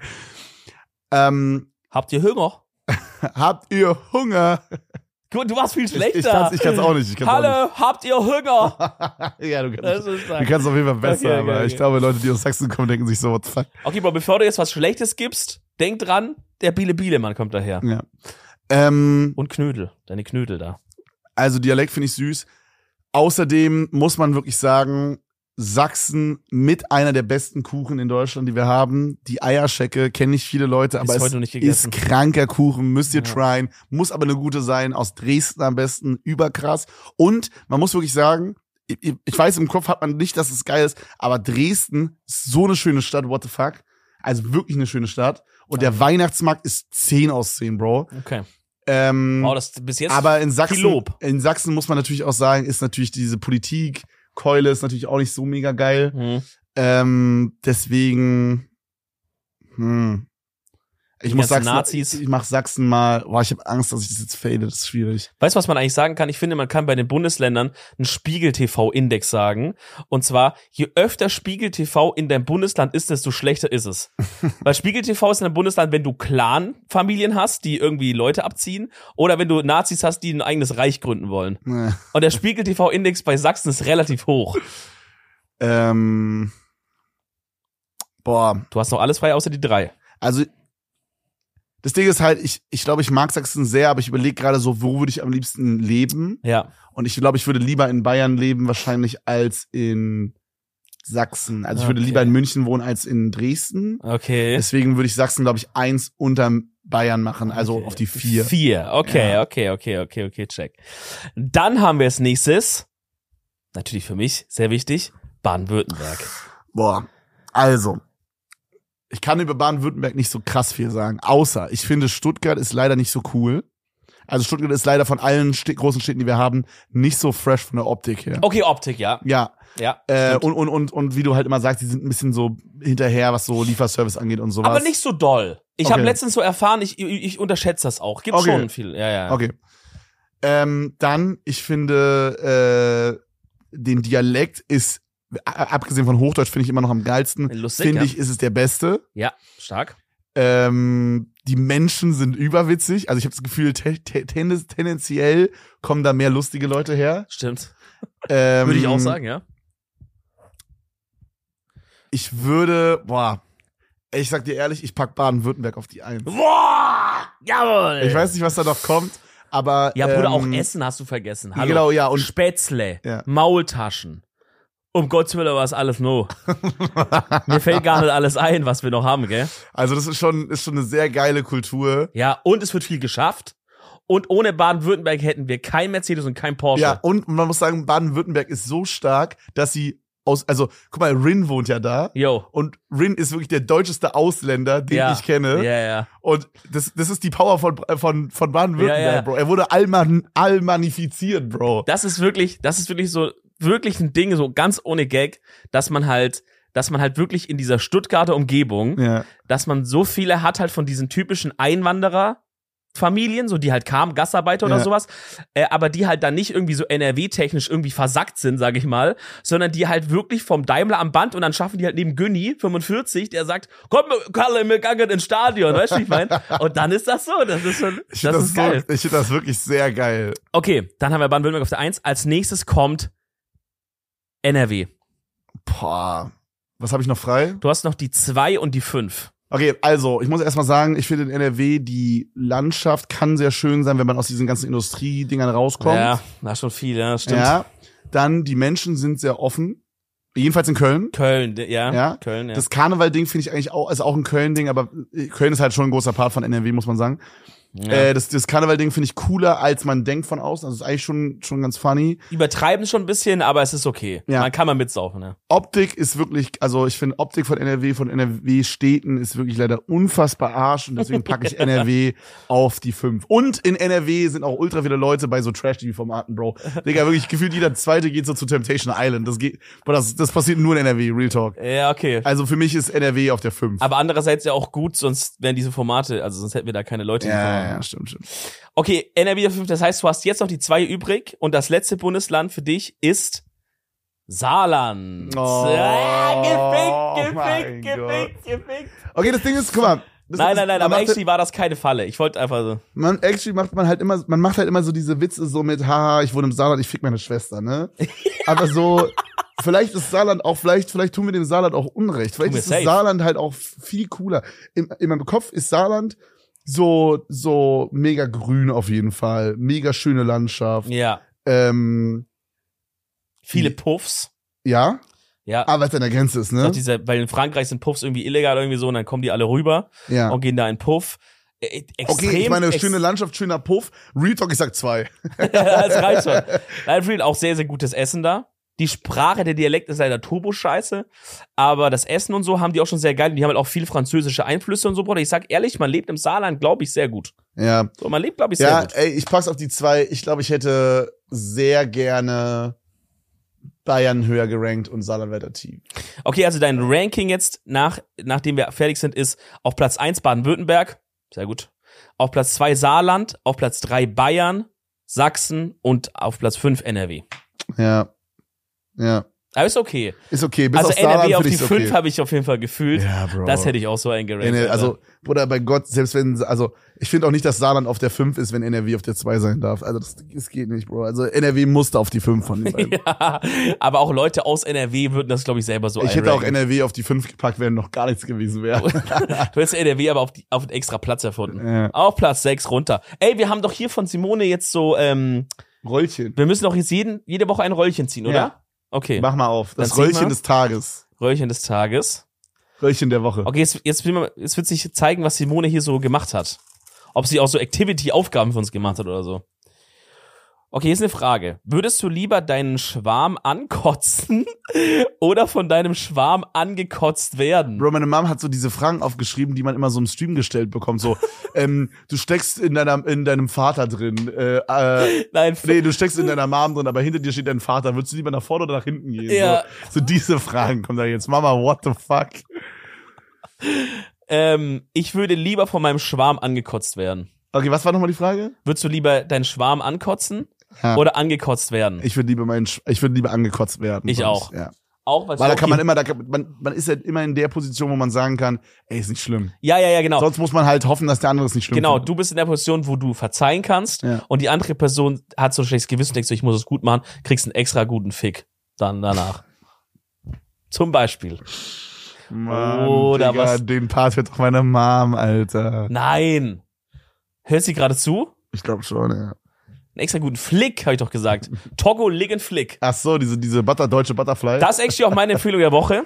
ähm, Habt ihr Hunger? habt ihr Hunger? Gut, du warst viel Ich, schlechter. ich kann's, ich kann's auch nicht. Ich kann's Hallo, habt ihr Hunger? Auch nicht. Ja, du kannst, Das ist du stark. kannst auf jeden Fall besser, Okay, okay, aber okay. ich glaube, Leute, die aus Sachsen kommen, denken sich so, what the fuck. Okay, Bro, bevor du jetzt was Schlechtes gibst, denk dran, der Biele Biele-Mann kommt daher. Ja. Ähm, Und Knödel, deine Knödel da. also Dialekt finde ich süß. Außerdem muss man wirklich sagen, Sachsen mit einer der besten Kuchen in Deutschland, die wir haben. Die Eierschecke kennen nicht viele Leute, aber Ist es heute noch nicht ist gegessen. kranker Kuchen, müsst ihr Ja. tryen. Muss aber eine gute sein, aus Dresden am besten, überkrass. Und man muss wirklich sagen, ich, ich weiß, im Kopf hat man nicht, dass es geil ist, aber Dresden ist so eine schöne Stadt, what the fuck. Also wirklich eine schöne Stadt. Und der Weihnachtsmarkt ist zehn aus zehn, Bro. Okay. Ähm, Wow, das bis jetzt aber in Sachsen, viel Lob. in Sachsen muss man natürlich auch sagen, ist natürlich diese Politikkeule ist natürlich auch nicht so mega geil. Hm. Ähm, deswegen, hm. Ich Die muss ganzen Sachsen, Nazis. ich mach Sachsen mal, boah, ich habe Angst, dass ich das jetzt fade, das ist schwierig. Weißt du, was man eigentlich sagen kann? Ich finde, man kann bei den Bundesländern einen Spiegel-T V-Index sagen. Und zwar, je öfter Spiegel-T V in deinem Bundesland ist, desto schlechter ist es. Weil Spiegel-T V ist in einem Bundesland, wenn du Clan-Familien hast, die irgendwie Leute abziehen, oder wenn du Nazis hast, die ein eigenes Reich gründen wollen. Äh, Und der Spiegel-T V-Index bei Sachsen ist relativ hoch. Ähm, boah, Du hast noch alles frei, außer die drei. also das Ding ist halt, ich, ich glaube, ich mag Sachsen sehr, aber ich überlege gerade so, wo würde ich am liebsten leben? Ja. Und ich glaube, ich würde lieber in Bayern leben, wahrscheinlich, als in Sachsen. Also ich würde Okay. lieber in München wohnen als in Dresden. Okay. Deswegen würde ich Sachsen, glaube ich, eins unter Bayern machen, also Okay. auf die vier. Vier. Okay, Ja. okay, okay, okay, okay, check. Dann haben wir als nächstes, natürlich für mich sehr wichtig, Baden-Württemberg. Boah, also, ich kann über Baden-Württemberg nicht so krass viel sagen, außer ich finde, Stuttgart ist leider nicht so cool. Also Stuttgart ist leider von allen St- großen Städten, die wir haben, nicht so fresh von der Optik her. Okay, Optik, ja. Ja, Ja. äh, stimmt. und, und, und, und wie du halt immer sagst, die sind ein bisschen so hinterher, was so Lieferservice angeht und sowas. Aber nicht so doll. Ich Okay. habe letztens so erfahren, ich, ich, ich unterschätze das auch. Gibt Okay. schon viel. Ja, ja. Okay. Ähm, dann, ich finde, äh, den Dialekt ist, a- abgesehen von Hochdeutsch, finde ich immer noch am geilsten. Lustig, Finde ja. ich, ist es der beste. Ja, stark. Ähm, die Menschen sind überwitzig. Also ich habe das Gefühl, te te ten tendenziell kommen da mehr lustige Leute her. Stimmt. Ähm, Würde ich auch sagen, ja. Ich würde, boah, ich sag dir ehrlich, ich pack Baden-Württemberg auf die Eins. Boah, jawohl. Ich weiß nicht, was da noch kommt, aber Ja, Bruder, ähm, auch Essen hast du vergessen. Hallo. Genau, ja, und Spätzle, Ja. Maultaschen. Um Gottes Willen, was alles noch. Mir fällt gar nicht alles ein, was wir noch haben, gell? also das ist schon, ist schon eine sehr geile Kultur. Ja, und es wird viel geschafft. Und ohne Baden-Württemberg hätten wir kein Mercedes und kein Porsche. Ja, und man muss sagen, Baden-Württemberg ist so stark, dass sie aus, also, guck mal, Rin wohnt ja da. Yo. Und Rin ist wirklich der deutscheste Ausländer, den Ja. ich kenne. Ja, ja. Und das, das ist die Power von, von, von Baden-Württemberg, Ja, ja. Bro. Er wurde allman, allmanifiziert, Bro. Das ist wirklich, das ist wirklich so, wirklich ein Ding, so ganz ohne Gag, dass man halt, dass man halt wirklich in dieser Stuttgarter Umgebung, Ja. dass man so viele hat halt von diesen typischen Einwandererfamilien, so die halt kamen, Gastarbeiter oder Ja. sowas, äh, aber die halt dann nicht irgendwie so N R W-technisch irgendwie versackt sind, sag ich mal, sondern die halt wirklich vom Daimler am Band und dann schaffen die halt neben Günni, fünfundvierzig, der sagt, komm, Kalle, wir gehen ins Stadion, weißt du, wie ich meine? Und dann ist das so, das ist schon, Ich das finde ist das, geil. so, ich find das wirklich sehr geil. Okay, dann haben wir Baden-Württemberg auf der Eins. Als nächstes kommt N R W. Boah. Was habe ich noch frei? Du hast noch die zwei und die fünf. Okay, also, ich muss erstmal sagen, ich finde in N R W, die Landschaft kann sehr schön sein, wenn man aus diesen ganzen Industriedingern rauskommt. Ja, da schon viel, ja, das stimmt. Ja. Dann, die Menschen sind sehr offen. Jedenfalls in Köln. Köln, d- ja, Ja. Köln, ja. Das Karneval-Ding finde ich eigentlich auch, ist auch ein Köln-Ding, aber Köln ist halt schon ein großer Part von N R W, muss man sagen. ja. Äh, das, das Karneval-Ding finde ich cooler, als man denkt von außen. Also ist eigentlich schon, schon ganz funny. Übertreiben schon ein bisschen, aber es ist okay. Ja. Man kann mal mitsaufen, ne? Optik ist wirklich, also ich finde Optik von N R W, von N R W-Städten ist wirklich leider unfassbar arsch und deswegen packe ich N R W auf die fünf. Und in N R W sind auch ultra viele Leute bei so Trash-T V-Formaten, Bro. Digga, wirklich gefühlt jeder Zweite geht so zu Temptation Island. Das geht, boah, das, das passiert nur in N R W, Real Talk. Ja, okay. Also für mich ist N R W auf der fünf. Aber andererseits ja auch gut, sonst wären diese Formate, also sonst hätten wir da keine Leute. die Ja, Formate. ja, stimmt, stimmt. Okay, N R W auf fünf, das heißt, du hast jetzt noch die zwei übrig und das letzte Bundesland für dich ist Saarland. Oh, ja, gefickt, mein gefickt, gefickt, gefickt. Okay, das Ding ist, guck mal. Das Nein, ist, nein, nein, man aber macht actually war das keine Falle. Ich wollte einfach so. Man, actually macht man halt immer, man macht halt immer so diese Witze so mit, haha, ich wohne im Saarland, ich fick meine Schwester, ne? Aber so, vielleicht ist Saarland auch, vielleicht, vielleicht tun wir dem Saarland auch Unrecht. Vielleicht wir ist das safe. Saarland halt auch viel cooler. In, in meinem Kopf ist Saarland so, so mega grün auf jeden Fall. Mega schöne Landschaft. Ja. Ähm, Viele Puffs. ja, Ja. aber was an der Grenze ist, Doch ne? diese, weil in Frankreich sind Puffs irgendwie illegal irgendwie so und dann kommen die alle rüber Ja. und gehen da in Puff. Äh, extrem, Okay, ich meine, ex- schöne Landschaft, schöner Puff. Real Talk, ich sag zwei. Das reicht schon. Nein, Fried, auch sehr, sehr gutes Essen da. Die Sprache, der Dialekt ist leider turbo-scheiße, aber das Essen und so haben die auch schon sehr geil. Die haben halt auch viel französische Einflüsse und so, Bruder. Ich sag ehrlich, man lebt im Saarland, glaube ich, sehr gut. Ja. So, man lebt, glaube ich, sehr Ja, gut. ey, ich pack's auf die zwei. Ich glaube, ich hätte sehr gerne Bayern höher gerankt und Saarland weiter tief. Okay, also dein Ranking jetzt, nach, nachdem wir fertig sind, ist auf Platz eins Baden-Württemberg. Sehr gut. Auf Platz zwei Saarland, auf Platz drei Bayern, Sachsen und auf Platz fünf N R W. Ja. Ja. Aber ist okay. Ist okay. Bis Also auf N R W Saarland auf finde die ich's fünf okay. habe ich auf jeden Fall gefühlt. Ja, Bro. Das hätte ich auch so eingerankt. N R, Alter. also, Bruder, bei Gott, selbst wenn, also, ich finde auch nicht, dass Saarland auf der fünf ist, wenn N R W auf der zwei sein darf. Also, das, das geht nicht, Bro. Also, N R W musste auf die fünf von den beiden. Ja, aber auch Leute aus N R W würden das, glaube ich, selber so Ich hätte auch einranken. N R W auf die fünf gepackt, wenn noch gar nichts gewesen wäre. Du hättest N R W aber auf, die, auf einen extra Platz erfunden. Ja. Auf Platz sechs runter. Ey, wir haben doch hier von Simone jetzt so, ähm, Rollchen. wir müssen doch jetzt jeden, jede Woche ein Röllchen ziehen, oder? Ja. Okay. Mach mal auf. Das Dann zieh Röllchen mal. des Tages. Röllchen des Tages. Röllchen der Woche. Okay, jetzt, jetzt, will man, jetzt wird sich zeigen, was Simone hier so gemacht hat. Ob sie auch so Activity-Aufgaben für uns gemacht hat oder so. Okay, hier ist eine Frage. Würdest du lieber deinen Schwarm ankotzen oder von deinem Schwarm angekotzt werden? Bro, meine Mom hat so diese Fragen aufgeschrieben, die man immer so im Stream gestellt bekommt. So, ähm, du steckst in deiner, in deinem Vater drin. Äh, äh, Nein, nee, du steckst in deiner Mom drin, aber hinter dir steht dein Vater. Würdest du lieber nach vorne oder nach hinten gehen? Ja. So, so diese Fragen kommen da jetzt. Mama, what the fuck? ähm, ich würde lieber von meinem Schwarm angekotzt werden. Okay, was war nochmal die Frage? Würdest du lieber deinen Schwarm ankotzen Ja. oder angekotzt werden? Ich würde lieber meinen, Sch- ich würde lieber angekotzt werden. Ich auch. Ja. Auch, weil's Weil da auch kann man hier- immer, da kann, man, man ist halt immer in der Position, wo man sagen kann, ey, ist nicht schlimm. Ja, ja, ja, genau. Sonst muss man halt hoffen, dass der andere es nicht schlimm Genau, findet. du bist in der Position, wo du verzeihen kannst Ja. und die andere Person hat so ein schlechtes Gewissen, denkst du, ich muss es gut machen, kriegst einen extra guten Fick dann danach. Zum Beispiel. Mann, Oder Digga, was? den Part hört doch meine Mom, Alter. Nein. Hört sie gerade zu? Ich glaube schon, ja. Einen extra guten Flick, habe ich doch gesagt. Togo Lick Flick. Ach so, diese, diese Butter, deutsche Butterfly. Das ist actually auch meine Empfehlung der Woche.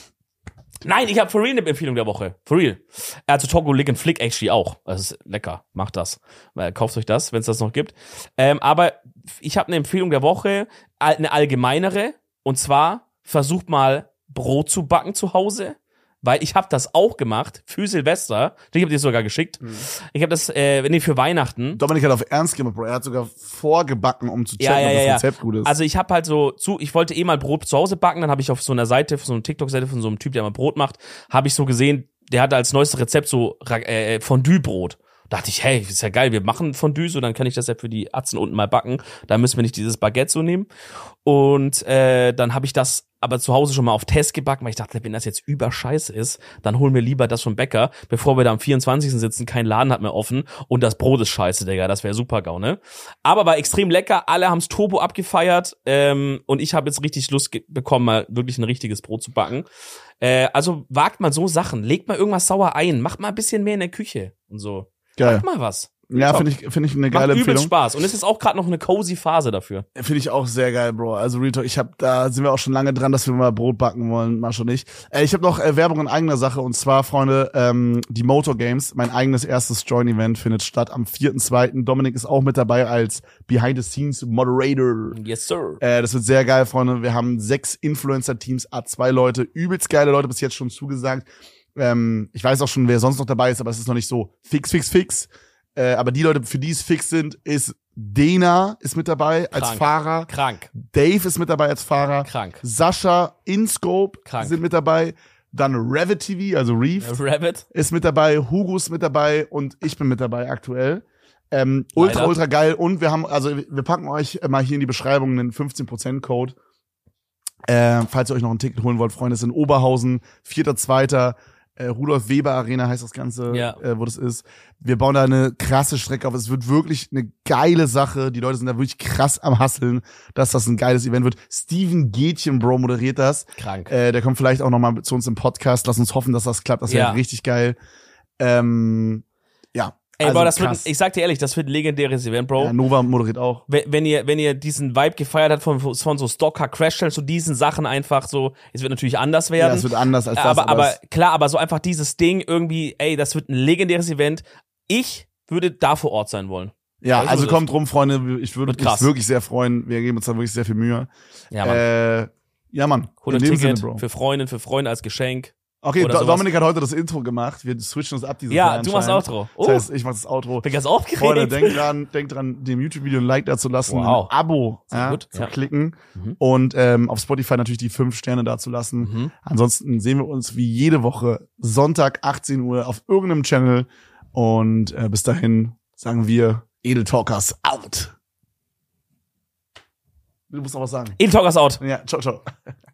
Nein, ich habe for real eine Empfehlung der Woche. For real. Also Togo Lick Flick actually auch. Das ist lecker. Macht das. Kauft euch das, wenn es das noch gibt. Ähm, aber ich habe eine Empfehlung der Woche, eine allgemeinere. Und zwar, versucht mal Brot zu backen zu Hause. Weil ich habe das auch gemacht für Silvester. Ich habe dir sogar geschickt. Mhm. Ich habe das, äh, nee, für Weihnachten. Dominik hat auf Ernst gemacht, Bro. Er hat sogar vorgebacken, um zu checken, ja, ja, ja, ob das ja. Rezept gut ist. Also ich habe halt so zu, ich wollte eh mal Brot zu Hause backen. Dann habe ich auf so einer Seite, so einer TikTok-Seite von so einem Typ, der mal Brot macht, habe ich so gesehen, der hatte als neuestes Rezept so äh, Fondue-Brot. Da dachte ich, hey, ist ja geil, wir machen Fondue, so dann kann ich das ja für die Atzen unten mal backen. Da müssen wir nicht dieses Baguette so nehmen. Und äh, dann habe ich das aber zu Hause schon mal auf Test gebacken, weil ich dachte, wenn das jetzt überscheiße ist, dann holen wir lieber das vom Bäcker, bevor wir da am vierundzwanzigsten sitzen, kein Laden hat mehr offen und das Brot ist scheiße, Digga, das wäre super GAU, ne? Aber war extrem lecker, alle haben's Turbo abgefeiert ähm, und ich habe jetzt richtig Lust ge- bekommen, mal wirklich ein richtiges Brot zu backen. Äh, also wagt mal so Sachen, legt mal irgendwas sauer ein, macht mal ein bisschen mehr in der Küche und so. Geil. Macht mal was. Ja, finde ich, finde ich eine geile Macht übelst Empfehlung. Spaß und es ist auch gerade noch eine cozy Phase dafür. Finde ich auch sehr geil, Bro. Also Real Talk, ich habe, da sind wir auch schon lange dran, dass wir mal Brot backen wollen, mal schon nicht. Äh, ich habe noch äh, Werbung in eigener Sache und zwar, Freunde, ähm, die Motor Games, mein eigenes erstes Join-Event findet statt am vierten zweiten Dominik ist auch mit dabei als Behind-the-Scenes-Moderator. Yes, sir. Äh, das wird sehr geil, Freunde. Wir haben sechs Influencer-Teams, A zwei Leute, übelst geile Leute bis jetzt schon zugesagt. Ähm, ich weiß auch schon, wer sonst noch dabei ist, aber es ist noch nicht so fix, fix, fix. Äh, aber die Leute, für die es fix sind, ist Dena ist mit dabei als Krank. Fahrer. Krank. Dave ist mit dabei als Fahrer. Krank. Sascha InScope Krank. sind mit dabei. Dann Revit T V, also Reef, Rabbit. ist mit dabei. Hugo ist mit dabei und ich bin mit dabei aktuell. Ähm, ultra, Leider. ultra geil. Und wir haben, also wir packen euch mal hier in die Beschreibung einen fünfzehn Prozent Code. Äh, falls ihr euch noch ein Ticket holen wollt, Freunde, ist in Oberhausen, vierter zweiter Äh, Rudolf Weber Arena heißt das Ganze, Ja. äh, wo das ist. Wir bauen da eine krasse Strecke auf. Es wird wirklich eine geile Sache. Die Leute sind da wirklich krass am Hasseln, dass das ein geiles Event wird. Steven Gätchen, Bro, moderiert das. Krank. Äh, der kommt vielleicht auch noch mal zu uns im Podcast. Lass uns hoffen, dass das klappt. Das wäre Ja. richtig geil. Ähm, ja. Ey, also Bro, das wird, krass. ich sag dir ehrlich, das wird ein legendäres Event, Bro. Ja, Nova moderiert auch. Wenn, wenn ihr, wenn ihr diesen Vibe gefeiert habt von, von so Stocker Crash Challenge, so diesen Sachen einfach so, es wird natürlich anders Ja, werden. es wird anders als das. aber, aber es- klar, aber so einfach dieses Ding irgendwie, ey, das wird ein legendäres Event. Ich würde da vor Ort sein wollen. ja, also also das- kommt rum, Freunde. Ich würde Wird mich krass. wirklich sehr freuen. Wir geben uns da wirklich sehr viel Mühe. Ja, Mann. Äh, ja, Mann. Hol In ein dem Ticket Sinne, Bro. für Freundinnen, für Freunde als Geschenk. Okay, oder Do sowas. Dominik hat heute das Intro gemacht. Wir switchen uns ab dieses Ja, Jahr du machst anscheinend. Outro. Oh. Das heißt, ich mach das Outro. Bin ganz aufgeregt. Freunde, denkt dran, denkt dran, dem YouTube-Video ein Like da zu lassen, Wow. ein Abo Sehr ja, gut, zu ja. klicken Mhm. und ähm, auf Spotify natürlich die fünf Sterne da zu lassen. Mhm. Ansonsten sehen wir uns wie jede Woche Sonntag achtzehn Uhr auf irgendeinem Channel und äh, bis dahin sagen wir Edel Talkers out. Du musst noch was sagen. Edel Talkers out. Ja, ciao, ciao.